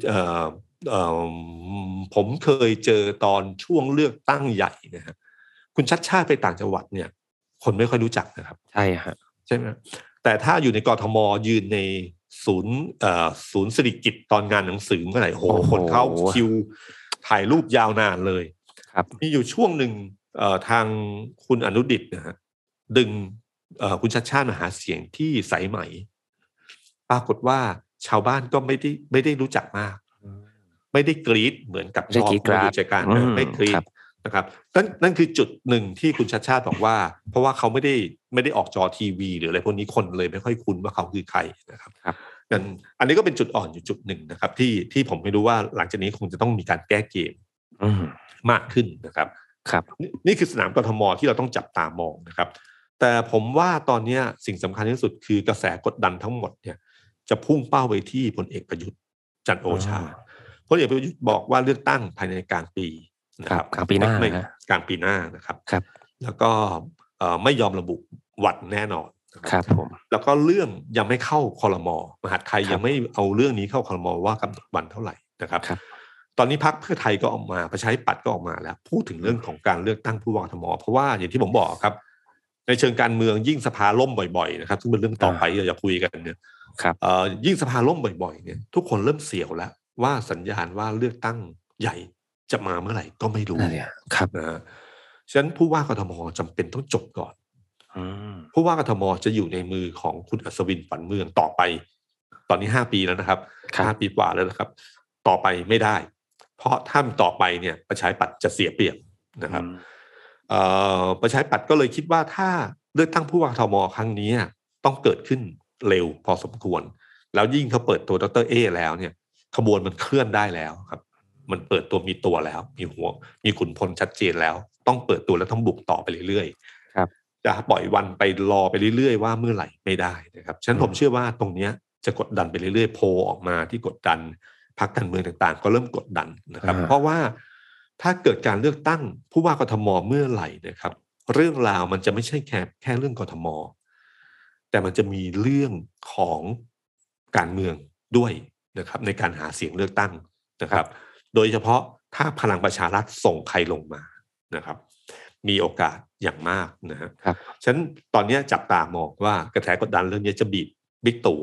ผมเคยเจอตอนช่วงเลือกตั้งใหญ่นะฮะคุณชัดชาติไปต่างจังหวัดเนี่ยคนไม่ค่อยรู้จักนะครับใช่ฮะใช่ไหมแต่ถ้าอยู่ในกทมยืนในศูนย์สิริกิติ์ตอนงานหนังสือเมื่อไหร่โหคนเข้าคิวถ่ายรูปยาวนานเลยมีอยู่ช่วงหนึ่งทางคุณอนุดิษฐ์นะฮะดึงคุณชัดชาติมาหาเสียงที่สายไหมปรากฏว่าชาวบ้านก็ไม่ได้รู้จักมากไม่ได้กรี๊ดเหมือนกับชอบผู้ดูใจกลางไม่กรี๊ดนะครับนั่นคือจุดหนึ่งที่คุณชัดชาติบอกว่าเพราะว่าเขาไม่ได้ออกจอทีวีหรืออะไรพวกนี้คนเลยไม่ค่อยคุ้นว่าเขาคือใครนะครับอันนี้ก็เป็นจุดอ่อนอยู่จุดหนึ่งนะครับที่ผมไม่รู้ว่าหลังจากนี้คงจะต้องมีการแก้เกมมากขึ้นนะครับนี่คือสนามกทมที่เราต้องจับตามองนะครับแต่ผมว่าตอนนี้สิ่งสำคัญที่สุดคือกระแสกดดันทั้งหมดเนี่ยจะพุ่งเป้าไปที่พลเอกประยุทธ์จันทร์โอชาพลเอกประยุทธ์บอกว่าเลือกตั้งภายในกลางปีนะครับกลางปีหน้ากลางปีหน้านะครับแล้วก็ไม่ยอมระบุวันแน่นอนครับผมแล้วก็เรื่องยังไม่เข้าครม.มหาดไทยยังไม่เอาเรื่องนี้เข้าครม.ว่ากำหนดวันเท่าไหร่นะครับตอนนี้พรรคเพื่อไทยก็ออกมาประชาธิปัตย์ก็ออกมาแล้วพูดถึงเรื่องของการเลือกตั้งผู้ว่ากทม.เพราะว่าอย่างที่ผมบอกครับในเชิงการเมืองยิ่งสภาล่มบ่อยๆนะครับซึ่งเป็นเรื่องต่อไปที่เราจะคุยกันเนี่ยยิ่งสภาล่มบ่อยๆเนี่ยทุกคนเริ่มเสียวแล้วว่าสัญญาณว่าเลือกตั้งใหญ่จะมาเมื่อไหร่ก็ไม่รู้ครับนะฉะนั้นผู้ว่ากทม.จำเป็นต้องจบก่อนผู้ว่ากทม.จะอยู่ในมือของคุณอัศวินขวัญเมืองต่อไปตอนนี้5 ปีแล้วนะครับ5 ปีกว่าแล้วนะครับต่อไปไม่ได้เพราะถ้าต่อไปเนี่ยประชาธิปัตย์จะเสียเปรียบนะครับประชาธิปัตย์ก็เลยคิดว่าถ้าเลือกตั้งผู้ว่ากทมครั้งนี้ต้องเกิดขึ้นเร็วพอสมควรแล้วยิ่งเขาเปิดตัวดร.เอแล้วเนี่ยขบวนมันเคลื่อนได้แล้วครับมันเปิดตัวมีตัวแล้วมีหัวมีขุนพลชัดเจนแล้วต้องเปิดตัวแล้วต้องบุกต่อไปเรื่อยๆครับจะปล่อยวันไปรอไปเรื่อยๆว่าเมื่อไหร่ไม่ได้นะครับฉะนั้นผมเชื่อว่าตรงนี้จะกดดันไปเรื่อยๆโพลออกมาที่กดดันพรรคการเมืองต่างๆก็เริ่มกดดันนะครับเพราะว่าถ้าเกิดการเลือกตั้งผู้ว่ากทมเมื่อไหร่นะครับเรื่องราวมันจะไม่ใช่แค่เรื่องกทมแต่มันจะมีเรื่องของการเมืองด้วยนะครับในการหาเสียงเลือกตั้งนะครับโดยเฉพาะถ้าพลังประชารัฐส่งใครลงมานะครับมีโอกาสอย่างมากนะครับฉะนั้นตอนนี้จับตามองว่ากระแสกดดันเรื่องนี้จะบีบบิ๊กตู่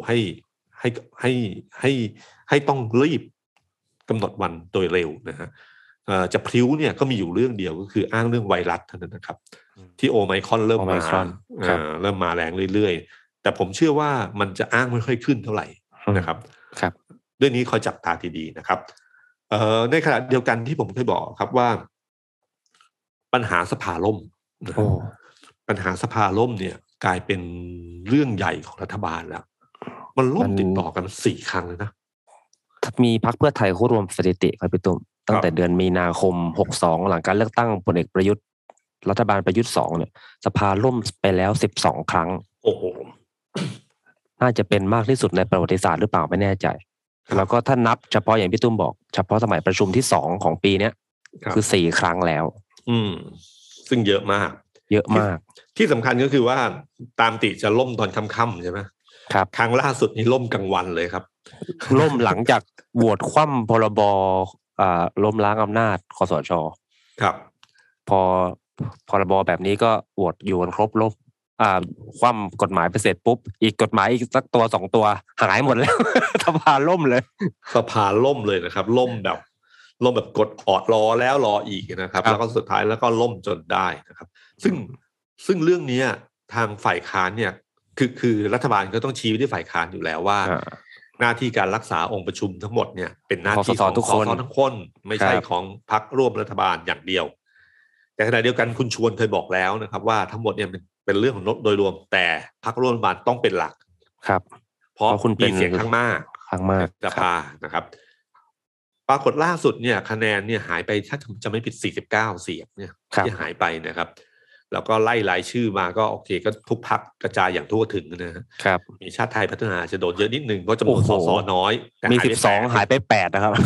ให้ต้องรีบกำหนดวันโดยเร็วนะฮะจะพลิ้วเนี่ยก็มีอยู่เรื่องเดียวก็คืออ้างเรื่องไวรัสเท่านั้นนะครับที่โอไมครอนเริ่มมาแรงเรื่อยๆแต่ผมเชื่อว่ามันจะอ้างไม่ค่อยขึ้นเท่าไหร่นะครับเรื่องนี้คอยจับตาดีๆนะครับในขณะเดียวกันที่ผมเคยบอกครับว่าปัญหาสภาล่มปัญหาสภาล่มเนี่ยกลายเป็นเรื่องใหญ่ของรัฐบาลแล้วมันล่มติดต่อกัน4 ครั้งเลยนะมีพรรคเพื่อไทยเขารวมสถิติครับพี่ตุ้มตั้งแต่เดือนมีนาคม62หลังการเลือกตั้งพลเอกประยุทธ์รัฐบาลประยุทธ์2เนี่ยสภาล่มไปแล้ว12 ครั้งโอ้โหน่าจะเป็นมากที่สุดในประวัติศาสตร์หรือเปล่าไม่แน่ใจแล้วก็ถ้านับเฉพาะอย่างพี่ตุ้มบอกเฉพาะสมัยประชุมที่2ของปีนี้คือ4 ครั้งแล้วซึ่งเยอะมากที่สำคัญก็คือว่าตามติจะล่มตอนค่ำๆใช่ไหมครับครั้งล่าสุดนี้ล่มกลางวันเลยครับล่มหลังจากโหวตคว่ำพรบล้มล้างอำนาจคสช. ครับพอพรบแบบนี้ก็โหวตอยู่กันครบล่มคว่ำกฎหมายไปเสร็จปุ๊บอีกกฎหมายอีกสักตัว2ตัวหายหมดแล้วสภาล่มเลยสภาล่มเลยนะครับล่มแบบกดออดรอแล้วรออีกนะครับแล้วก็สุดท้ายแล้วก็ล่มจนได้นะครับซึ่งเรื่องนี้ทางฝ่ายค้านเนี่ยคือรัฐบาลก็ต้องชี้ไปที่ฝ่ายค้านอยู่แล้วว่าหน้าที่การรักษาองค์ประชุมทั้งหมดเนี่ยเป็นหน้าที่ของสสทั้งคนไม่ใช่ของพรรคร่วมรัฐบาลอย่างเดียวแต่ขณะเดียวกันคุณชวนเคยบอกแล้วนะครับว่าทั้งหมดเนี่ยเป็นเรื่องของโดยรวมแต่พรรคร่วมรัฐบาลต้องเป็นหลักครับเพราะคุณมีเสียงข้างมากสภานะครับปรากฏล่าสุดเนี่ยคะแนนเนี่ยหายไปถ้าจะไม่ผิด49 เสียงเนี่ยที่หายไปนะครับแล้วก็ไล่รายชื่อมาก็โอเคก็ทุกพรรคกระจายอย่างทั่วถึงนะครับมีชาติไทยพัฒนาจะโดนเยอะนิดนึงเพราะจำนวนสสน้อยมี12หายไป8นะครับ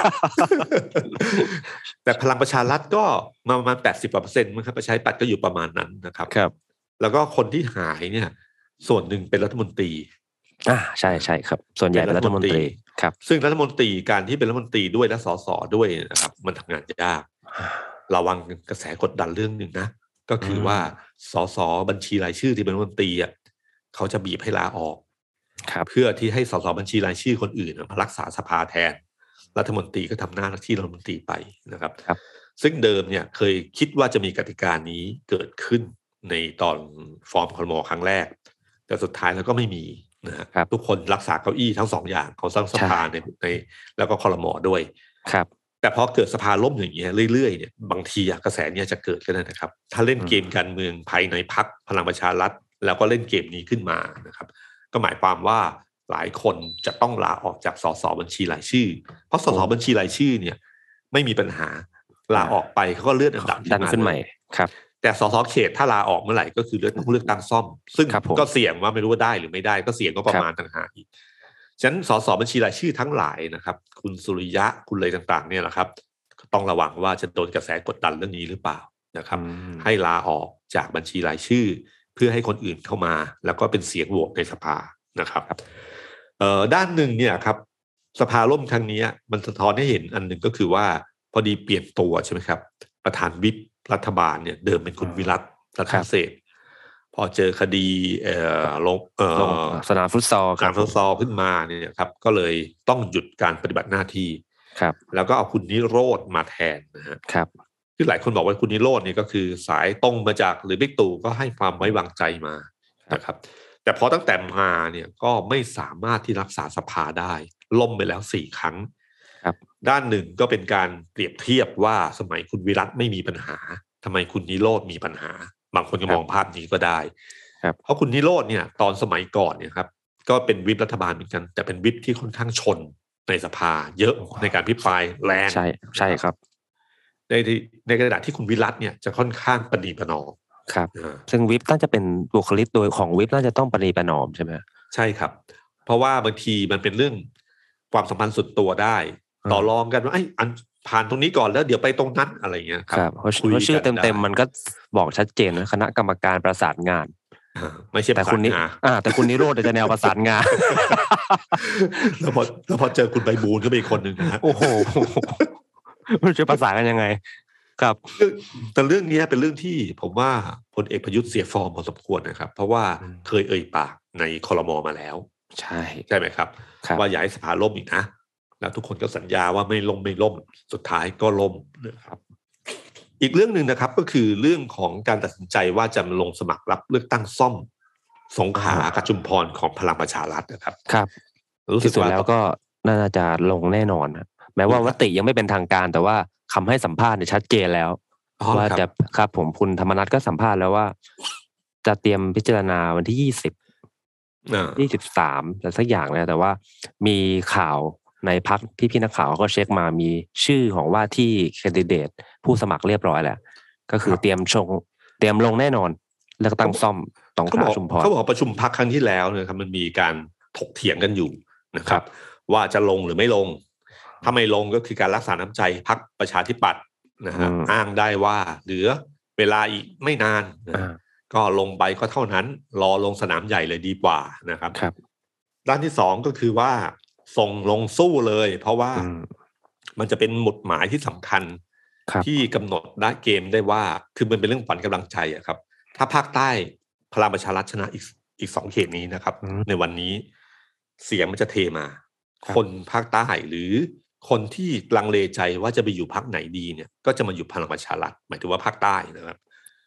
แต่พลังประชารัฐก็มาประมาณ 80% มั้งครับประชาธิปัตย์ก็อยู่ประมาณนั้นนะครับแล้วก็คนที่หายเนี่ยส่วนหนึ่งเป็นรัฐมนตรีใช่ๆครับส่วนใหญ่เป็นรัฐมนตรีครับซึ่งรัฐมนตรีการที่เป็นรัฐมนตรีด้วยและสสด้วยนะครับมันทำงานยากระวังกระแสกดดันเรื่องนึงนะก็คือว่าสสบัญชีรายชื่อที่เป็นรัฐมนตรีเขาจะบีบให้ลาออกเพื่อที่ให้สสบัญชีรายชื่อคนอื่นมารักษาสภาแทนรัฐมนตรีก็ทำหน้าที่รัฐมนตรีไปนะครับซึ่งเดิมเนี่ยเคยคิดว่าจะมีกติกานี้เกิดขึ้นในตอนฟอร์มครม.ครั้งแรกแต่สุดท้ายแล้วก็ไม่มีนะครับทุกคนรักษาเก้าอี้ทั้ง2อย่างของสภาในแล้วก็ครม.ด้วยครับแต่พอเกิดสภาล่มอย่างเงี้ยเรื่อยๆเนี่ยบางทีกระแสเนี้ยจะเกิดขึ้นนะครับถ้าเล่นเกมการเมืองภายในพรรคพลังประชารัฐแล้วก็เล่นเกมนี้ขึ้นมานะครับก็หมายความว่าหลายคนจะต้องลาออกจากสสบัญชีรายชื่อเพราะสสบัญชีรายชื่อเนี่ยไม่มีปัญหาลาออกไปเขาก็เลื่อนอันดับขึ้นใหม่ครับแต่สสเขตถ้าลาออกเมื่อไหร่ก็คือเลือกตั้งซ่อมซึ่งก็เสี่ยงว่าไม่รู้ว่าได้หรือไม่ได้ก็เสี่ยงก็ประมาณต่างหากอีกฉะนั้นสสบัญชีรายชื่อทั้งหลายนะครับคุณสุริยะคุณอะไรต่างๆเนี่ยแหละครับต้องระวังว่าจะโดนกระแสกดดันเรื่องนี้หรือเปล่านะครับให้ลาออกจากบัญชีรายชื่อเพื่อให้คนอื่นเข้ามาแล้วก็เป็นเสียงโหวตในสภานะครับด้านหนึ่งเนี่ยครับสภาล่มครั้งนี้มันสะท้อนให้เห็นอันหนึ่งก็คือว่าพอดีเปลี่ยนตัวใช่ไหมครับประธานวิปรัฐบาลเนี่ยเดิมเป็นคุณวิรัต รัตนเศรษฐ์พอเจอคดีลงสนามฟุตซอลขึ้นมาเนี่ยครับก็เลยต้องหยุดการปฏิบัติหน้าที่ครับแล้วก็เอาคุณนิโรธมาแทนนะฮะครับที่หลายคนบอกว่าคุณนิโรธนี่ก็คือสายตรงมาจากหรือบิ๊กตู่ก็ให้ความไว้วางใจมานะครับแต่พอตั้งแต่มาเนี่ยก็ไม่สามารถที่รักษาสภาได้ล่มไปแล้ว4 ครั้งด้านหนึ่งก็เป็นการเปรียบเทียบว่าสมัยคุณวิรัตไม่มีปัญหาทำไมคุณนิโรธมีปัญหาบางคนก็มองภาพนี้ก็ได้เพราะคุณนิโรธเนี่ยตอนสมัยก่อนเนี่ยครับก็เป็นวิปรัฐบาลเหมือนกันแต่เป็นวิปที่ค่อนข้างชนในสภาเยอะในการพิปรายแรงใช่ครับในขณะที่คุณวิรัตเนี่ยจะค่อนข้างประนีประนอมครับซึ่งวิปน่าจะเป็นบุคลิกโดยของวิปน่าจะต้องประนีประนอมใช่ไหมใช่ครับเพราะว่าบางทีมันเป็นเรื่องความสัมพันธ์ส่วนตัวได้ต่อรองกันว่าอันผ่านตรงนี้ก่อนแล้วเดี๋ยวไปตรงนั้นอะไรเงี้ยครับเพราะชื่อเต็มๆมันก็บอกชัดเจนนะคณะกรรมการประสานงานไม่ใช่แต่คุณนี้แต่คุณนิโรธจะแนวประสานงานแล้วพอเจอคุณใบบูลย์ก็เป็นอีกคนนึงนะโอ้โหมันจะประสานกันยังไงครับแต่เรื่องนี้เป็นเรื่องที่ผมว่าพลเอกประยุทธ์เสียฟอร์มพอสมควรนะครับเพราะว่าเคยเอ่ยปากในครม.มาแล้วใช่ไหมครับว่าอย่าให้สภาล่มอีกนะแล้วทุกคนก็สัญญาว่าไม่ล่มสุดท้ายก็ล่มนะครับอีกเรื่องนึงนะครับก็คือเรื่องของการตัดสินใจว่าจะลงสมัครรับเลือกตั้งซ่อมสงขลากับชุมพรของพลังประชารัฐนะครับรู้สึกว่าแล้วก็น่าจะลงแน่นอนแม้ว่าวติยังไม่เป็นทางการแต่ว่าคำให้สัมภาษณ์ชัดเจนแล้วว่าจะครับผมคุณธรรมนัสก็สัมภาษณ์แล้วว่าจะเตรียมพิจารณาวันที่23แต่สักอย่างนะแต่ว่ามีข่าวในพรรคพี่นักข่าวก็เช็คมามีชื่อของว่าที่แคนดิเดตผู้สมัครเรียบร้อยแล้วก็คือเตรียมลงแน่นอนเลือกตั้งซ่อมสงขลาชุมพรเขาบอกประชุมพรรคครั้งที่แล้วนะครับมันมีการถกเถียงกันอยู่นะครับว่าจะลงหรือไม่ลงถ้าไม่ลงก็คือการรักษาน้ำใจพรรคประชาธิปัตย์นะฮะอ้างได้ว่าเหลือเวลาอีกไม่นานก็ลงไปก็เท่านั้นรอลงสนามใหญ่เลยดีกว่านะครับด้านที่สองก็คือว่าส่งลงสู้เลยเพราะว่ามันจะเป็นหมุดหมายที่สำคัญที่กำหนดได้เกมได้ว่าคือมันเป็นเรื่องขวัญกำลังใจอะครับถ้าภาคใต้พลังประชารัฐชนะอีก2 เขตนี้นะครับในวันนี้เสียงมันจะเทมาคนภาคใต้หรือคนที่ลังเลใจว่าจะไปอยู่พรรคไหนดีเนี่ยก็จะมาอยู่พลังประชารัฐหมายถึงว่าภาคใต้นะครับ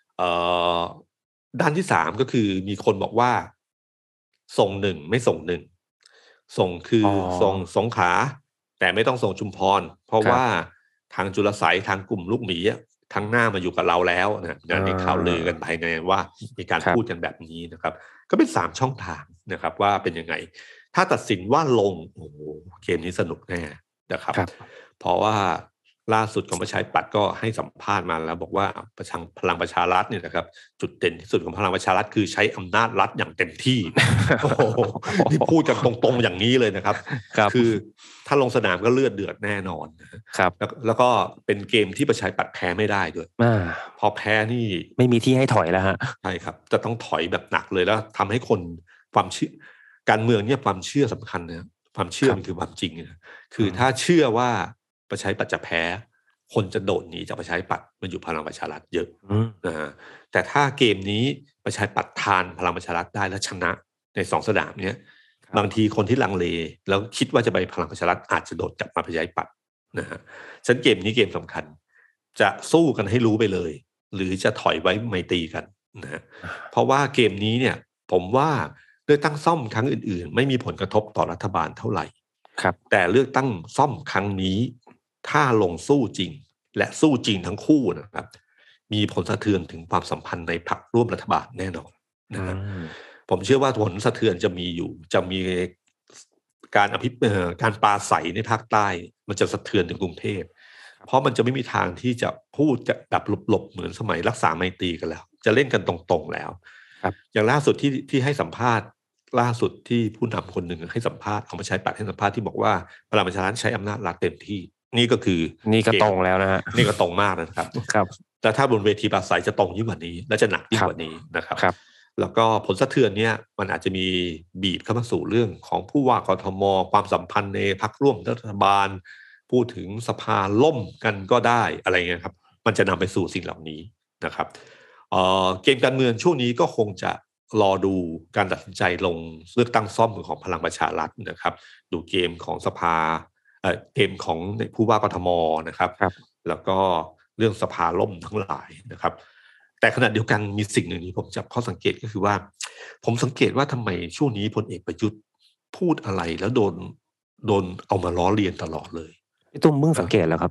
ด้านที่3ก็คือมีคนบอกว่าส่ง1ไม่ส่ง1ส่งคือส่งสงขลาแต่ไม่ต้องส่งชุมพรเพราะว่าทางจุลไสทางกลุ่มลูกหมีทั้งหน้ามาอยู่กับเราแล้วนะมีข่าวลือกันภายในว่ามีการพูดกันแบบนี้นะครับก็เป็น3ช่องทางนะครับว่าเป็นยังไงถ้าตัดสินว่าลงโอ้โหเกมนี้สนุกแน่นะครับเพราะว่าล่าสุดของประชาธิปัตย์ก็ให้สัมภาษณ์มาแล้วบอกว่าพลังประชารัฐเนี่ยนะครับจุดเด่นที่สุดของพลังประชารัฐคือใช้อำนาจรัฐอย่างเต็มที่โอ้โหนี่พูดกันตรงๆอย่างนี้เลยนะครับคือถ้าลงสนามก็เลือดเดือดแน่นอนครับแล้วก็เป็นเกมที่ประชาธิปัตย์แพ้ไม่ได้ด้วยพอแพ้นี่ไม่มีที่ให้ถอยแล้วฮะใช่ครับจะต้องถอยแบบหนักเลยแล้วทำให้คนความเชื่อการเมืองเนี่ยความเชื่อสำคัญนะความเชื่อมันคือความจริงนะคือถ้าเชื่อว่าประชาธิปัตย์จะแพ้คนจะโดดหนีจากประชาธิปัตย์มาอยู่พลังประชารัฐเยอะนะฮะแต่ถ้าเกมนี้ประชาธิปัตย์ทานพลังประชารัฐได้และชนะใน2 สนามเนี้ยบางทีคนที่ลังเลแล้วคิดว่าจะไปพลังประชารัฐอาจจะโดดกลับมาประชาธิปัตย์นะฮะฉะนั้นเกมนี้เกมสำคัญจะสู้กันให้รู้ไปเลยหรือจะถอยไว้ไมตรีกันนะฮะเพราะว่าเกมนี้เนี่ยผมว่าเลือกตั้งซ่อมครั้งอื่นๆไม่มีผลกระทบต่อรัฐบาลเท่าไหร่แต่เลือกตั้งซ่อมครั้งนี้ถ้าลงสู้จริงและสู้จริงทั้งคู่นะครับมีผลสะเทือนถึงความสัมพันธ์ในพรรคร่วมรัฐบาลแน่นอนนะครับผมเชื่อว่าผลสะเทือนจะมีการปราศัยในภาคใต้มันจะสะเทือนถึงกรุงเทพเพราะมันจะไม่มีทางที่จะพูดแบบหลบๆเหมือนสมัยรักษาไมตรีกันแล้วจะเล่นกันตรงๆแล้วอย่างล่าสุดที่ให้สัมภาษณ์ล่าสุดที่ผู้นำคนหนึ่งให้สัมภาษณ์ของประชาธิปัตย์ให้สัมภาษณ์ที่บอกว่าพลังประชารัฐใช้อำนาจรัฐเต็มที่นี่ก็ตรงแล้วนะฮะนี่ก็ตรงมากนะครับแต่ถ้าบนเวทีปราศัยจะตรงยิ่งกว่านี้และจะหนักยิ่งกว่านี้นะครับแล้วก็ผลสะเทือนเนี่ยมันอาจจะมีบีบเข้ามาสู่เรื่องของผู้ว่ากทมความสัมพันธ์ในพรรคร่วมรัฐบาลพูดถึงสภาล่มกันก็ได้อะไรเงี้ยครับมันจะนำไปสู่สิ่งเหล่านี้นะครับเกมการเมืองช่วงนี้ก็คงจะรอดูการตัดสินใจลงเลือกตั้งซ่อมของพลังประชารัฐนะครับดูเกมของสภาเกมของผู้ว่ากทมนะครับแล้วก็เรื่องสภาล่มทั้งหลายนะครับแต่ขณะเดียวกันมีสิ่งหนึ่งที่ผมจับข้อสังเกตก็คือว่าผมสังเกตว่าทำไมช่วงนี้พลเอกประยุทธ์พูดอะไรแล้วโดนเอามาล้อเลียนตลอดเลยพี่ตุ้มเพิ่งสังเกตแล้วครับ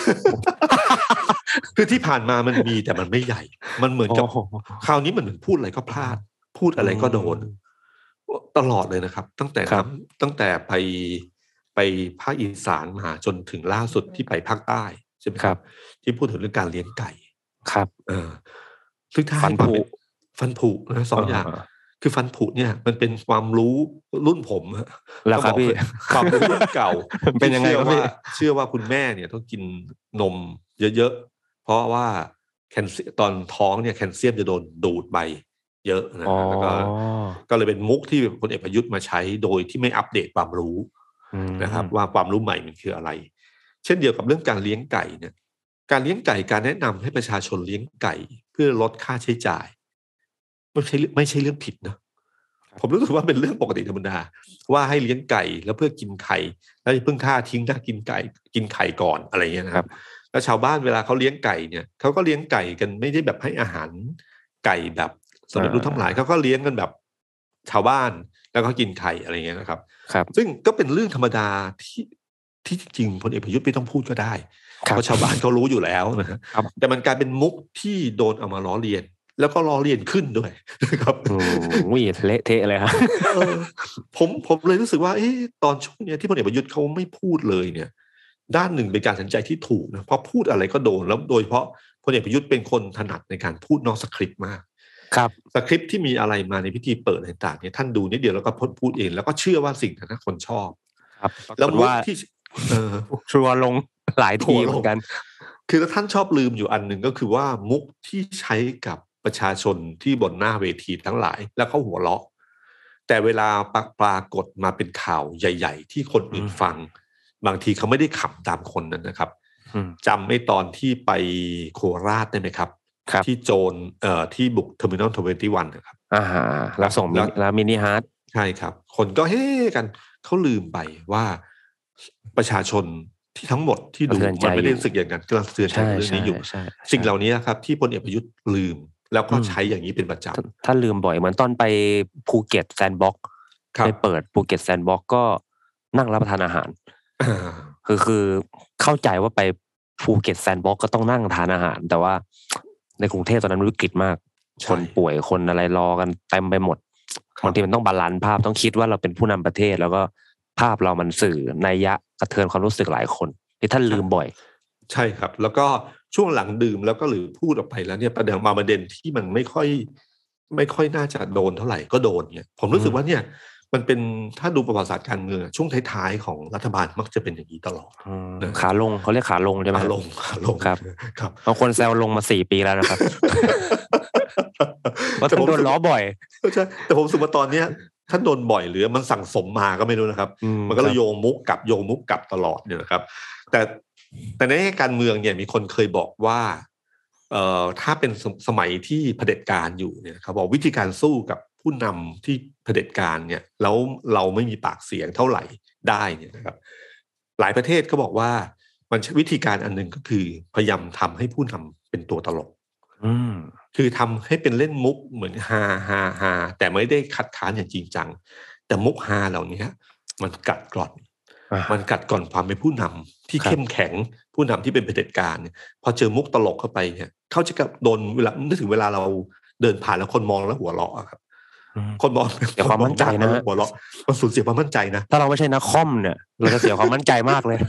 คือที่ผ่านมามันมีแต่มันไม่ใหญ่มันเหมือนกับคราวนี้มันเหมือนพูดอะไรก็พลาดพูดอะไรก็โดนตลอดเลยนะครับตั้งแต่ไปภาคอีสานมาจนถึงล่าสุดที่ไปภาคใต้ใช่ไหมครับที่พูดถึงเรื่องการเลี้ยงไก่ครับซึ่งถ้าฟันผุนะ2 อย่างคือฟันผุเนี่ยมันเป็นความรู้รุ่นผมแล้วครับพี่ความรู้รุ่นเก่าเป็นยังไงครับพี่เชื่อว่าคุณแม่เนี่ยต้องกินนมเยอะๆเพราะว่าตอนท้องเนี่ยแคลเซียมจะโดนดูดไปเยอะนะแล้วก็เลยเป็นมุกที่พลเอกประยุทธ์มาใช้โดยที่ไม่อัปเดตความรู้นะครับว่าความรู้ใหม่มันคืออะไรเช่นเดียวกับเรื่องการเลี้ยงไก่เนี่ยการเลี้ยงไก่การแนะนำให้ประชาชนเลี้ยงไก่เพื่อลดค่าใช้จ่ายไม่ใช่เรื่องผิดนะผมรู้สึกว่าเป็นเรื่องปกติธรรมดาว่าให้เลี้ยงไก่แล้วเพื่อกินไข่แล้วเพิ่งฆ่าทิ้งถ้ากินไข่ก่อนอะไรเงี้ยนะครับแล้วชาวบ้านเวลาเขาเลี้ยงไก่เนี่ยเขาก็เลี้ยงไก่กันไม่ได้แบบให้อาหารไก่แบบสำเร็จรูปทั้งหลายเขาก็เลี้ยงกันแบบชาวบ้านแล้วก็กินไข่อะไรเงี้ยนะครับซึ่งก็เป็นเรื่องธรรมดาที่จริงพลเอกประยุทธ์ไม่ต้องพูดก็ได้เพราะชาวบ้านเขารู้อยู่แล้วนะครับแต่มันกลายเป็นมุกที่โดนเอามาล้อเลียนแล้วก็ล้อเลียนขึ้นด้วยนะครับวิ่งเละเทะเลยครับผมเลยรู้สึกว่าตอนช่วงนี้ที่พลเอกประยุทธ์เขาไม่พูดเลยเนี่ยด้านหนึ่งเป็นการตัดสินใจที่ถูกนะเพราะพูดอะไรก็โดนแล้วโดยเฉพาะพลเอกประยุทธ์เป็นคนถนัดในการพูดนอกสคริปต์มากครับสคริปต์ที่มีอะไรมาในพิธีเปิดต่างๆเนี่ยท่านดูนิดเดียวแล้วก็พูดเองแล้วก็เชื่อว่าสิ่งนั้นคนชอบครับแล้วว่าที่ชัวร์ลงหลายทีเหมือนกันคือท่านชอบลืมอยู่อันหนึ่งก็คือว่ามุกที่ใช้กับประชาชนที่บนหน้าเวทีทั้งหลายแล้วเขาหัวเราะแต่เวลาปรากฏมาเป็นข่าวใหญ่ๆที่คนอื่นฟังบางทีเขาไม่ได้ขำตามคนนั้นนะครับจำไม่ตอนที่ไปโคราชได้ไหมครับที่โจรที่บุกเทอร์มินอล21นะครับแล้วส่งแล้วมินิฮาร์ทใช่ครับคนก็เฮ้กันเขาลืมไปว่าประชาชนที่ทั้งหมดที่ดูมันไม่ได้รู้สึกอย่างนั้นกำลังเตือนใจเรื่องนี้อยู่สิ่งเหล่านี้ครับที่พลเอกประยุทธ์ลืมแล้วก็ใช้อย่างนี้เป็นประจำถ้าลืมบ่อยเหมือนตอนไปภูเก็ตแซนด์บ็อกซ์ไปเปิดภูเก็ตแซนด์บ็อกซ์ก็นั่งรับประทานอาหารคือเข้าใจว่าไปภูเก็ตแซนด์บ็อกซ์ก็ต้องนั่งทานอาหารแต่ว่าในกรุงเทพตอนนั้นวิกฤตมากคนป่วยคนอะไรรอกันเต็มไปหมดบางทีมันต้องบาลานซ์ภาพต้องคิดว่าเราเป็นผู้นำประเทศแล้วก็ภาพเรามันสื่อนัยยะกระเทือนความรู้สึกหลายคนที่ท่านลืมบ่อยใช่ครับแล้วก็ช่วงหลังดื่มแล้วก็หรือพูดออกไปแล้วเนี่ยประเด็นที่มันไม่ค่อยน่าจะโดนเท่าไหร่ก็โดนเนี่ยผมรู้สึกว่าเนี่ยมันเป็นถ้าดูประวัติศาสตร์การเมืองช่วงท้ายๆของรัฐบาลมักจะเป็นอย่างนี้ตลอดขาลงเขาเรียกขาลงใช่ไหมขาลงครับบางคนแซวลงมา4 ปีแล้วนะครับว่าท่านโดนล้อบ่อยใช่แต่ผมรู้สึกว่าตอนเนี้ยท่านโดนบ่อยหรือมันสั่งสมมาก็ไม่รู้นะครับมันก็เลยโยงมุกกลับตลอดเนี่ยนะครับแต่ในการเมืองเนี่ยมีคนเคยบอกว่าถ้าเป็นสมัยที่เผด็จการอยู่เนี่ยครับบอกวิธีการสู้กับผู้นำที่เผด็จการเนี่ยแล้วเราไม่มีปากเสียงเท่าไหร่ได้เนี่ยนะครับหลายประเทศเขาบอกว่ามันวิธีการอันนึงก็คือพยายามทำให้ผู้นำเป็นตัวตลกคือทำให้เป็นเล่นมุกเหมือนฮาแต่ไม่ได้คัดค้านอย่างจริงจังแต่มุกฮาเหล่านี้มันกัดกร่อนความเป็นผู้นำที่เข้มแข็งผู้นำที่เป็นเผด็จการเนี่ยพอเจอมุกตลกเข้าไปเนี่ยเขาจะโดนเวลานึกถึงเวลาเราเดินผ่านแล้วคนมองแล้วหัวเราะครับคนมองเสียความมั่นใจนะหัวเราะมันสูญเสียความมั่นใจนะถ้าเราไม่ใช่นักคอมเนี่ยเราจะเสียความมั่นใจมากเลย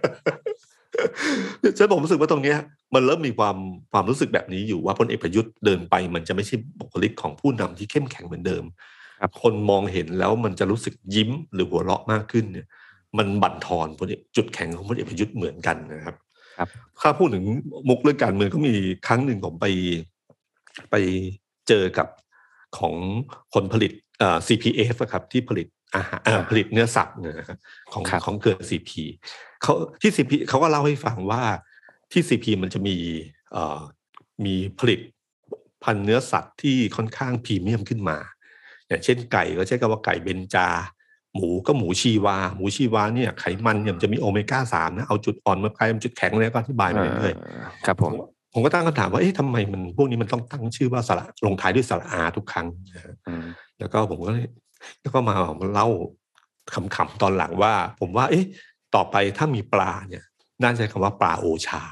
ฉันผมรู้สึกว่าตรงนี้มันเริ่มมีความรู้สึกแบบนี้อยู่ว่าพลเอกประยุทธ์เดินไปมันจะไม่ใช่บุคลิกของผู้นำที่เข้มแข็งเหมือนเดิมคนมองเห็นแล้วมันจะรู้สึกยิ้มหรือหัวเราะมากขึ้นเนี่ยมันบั่นทอนจุดแข็งของพลเอกประยุทธ์เหมือนกันนะครับถ้าพูดถึงมุกเรื่องการเมืองก็มีครั้งหนึ่งผมไปเจอกับของคนผลิตCPF ครับที่ผลิตอาหารผลิตเนื้อสัตว์นะครับของเครือ CP เขาที่ CP เขาก็เล่าให้ฟังว่าที่ CP มันจะมีผลิตพันธุ์เนื้อสัตว์ที่ค่อนข้างพรีเมียมขึ้นมาอย่างเช่นไก่ก็ใช้คำว่าไก่เบญจาหมูก็หมูชีวาเนี่ยไขมันเนี่ยจะมีโอเมก้า3นะเอาจุดอ่อนมาคลายจุดแข็งแล้วก็อธิบายไปเรื่อยๆครับผมก็ตั้งคำถามว่าทำไมมันพวกนี้มันต้องตั้งชื่อว่าสระลงท้ายด้วยสระอาทุกครั้งแล้วก็ผมก็มาเล่าขำๆตอนหลังว่าผมว่าต่อไปถ้ามีปลาเนี่ยน่าใช้คำว่าปลาโอชา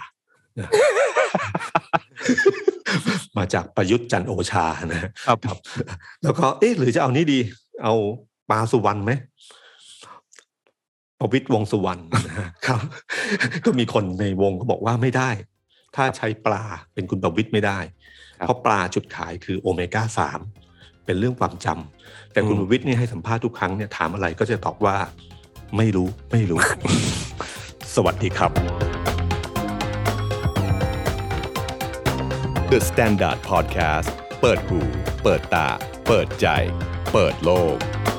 มาจากประยุทธ์จันทร์โอชานะครับแล้วก็หรือจะเอานี้ดีเอาปลาสุวรรณไหมประวิตรวงษ์สุวรรณนะครับก็มีคนในวงก็บอกว่าไม่ได้ถ้าใช้ปลาเป็นคุณประวิตรไม่ได้เพราะปลาจุดขายคือโอเมก้า3เป็นเรื่องความจำแต่คุณประวิตรนี่ให้สัมภาษณ์ทุกครั้งเนี่ยถามอะไรก็จะตอบว่าไม่รู้ สวัสดีครับ The Standard Podcast เปิดหูเปิดตาเปิดใจเปิดโลก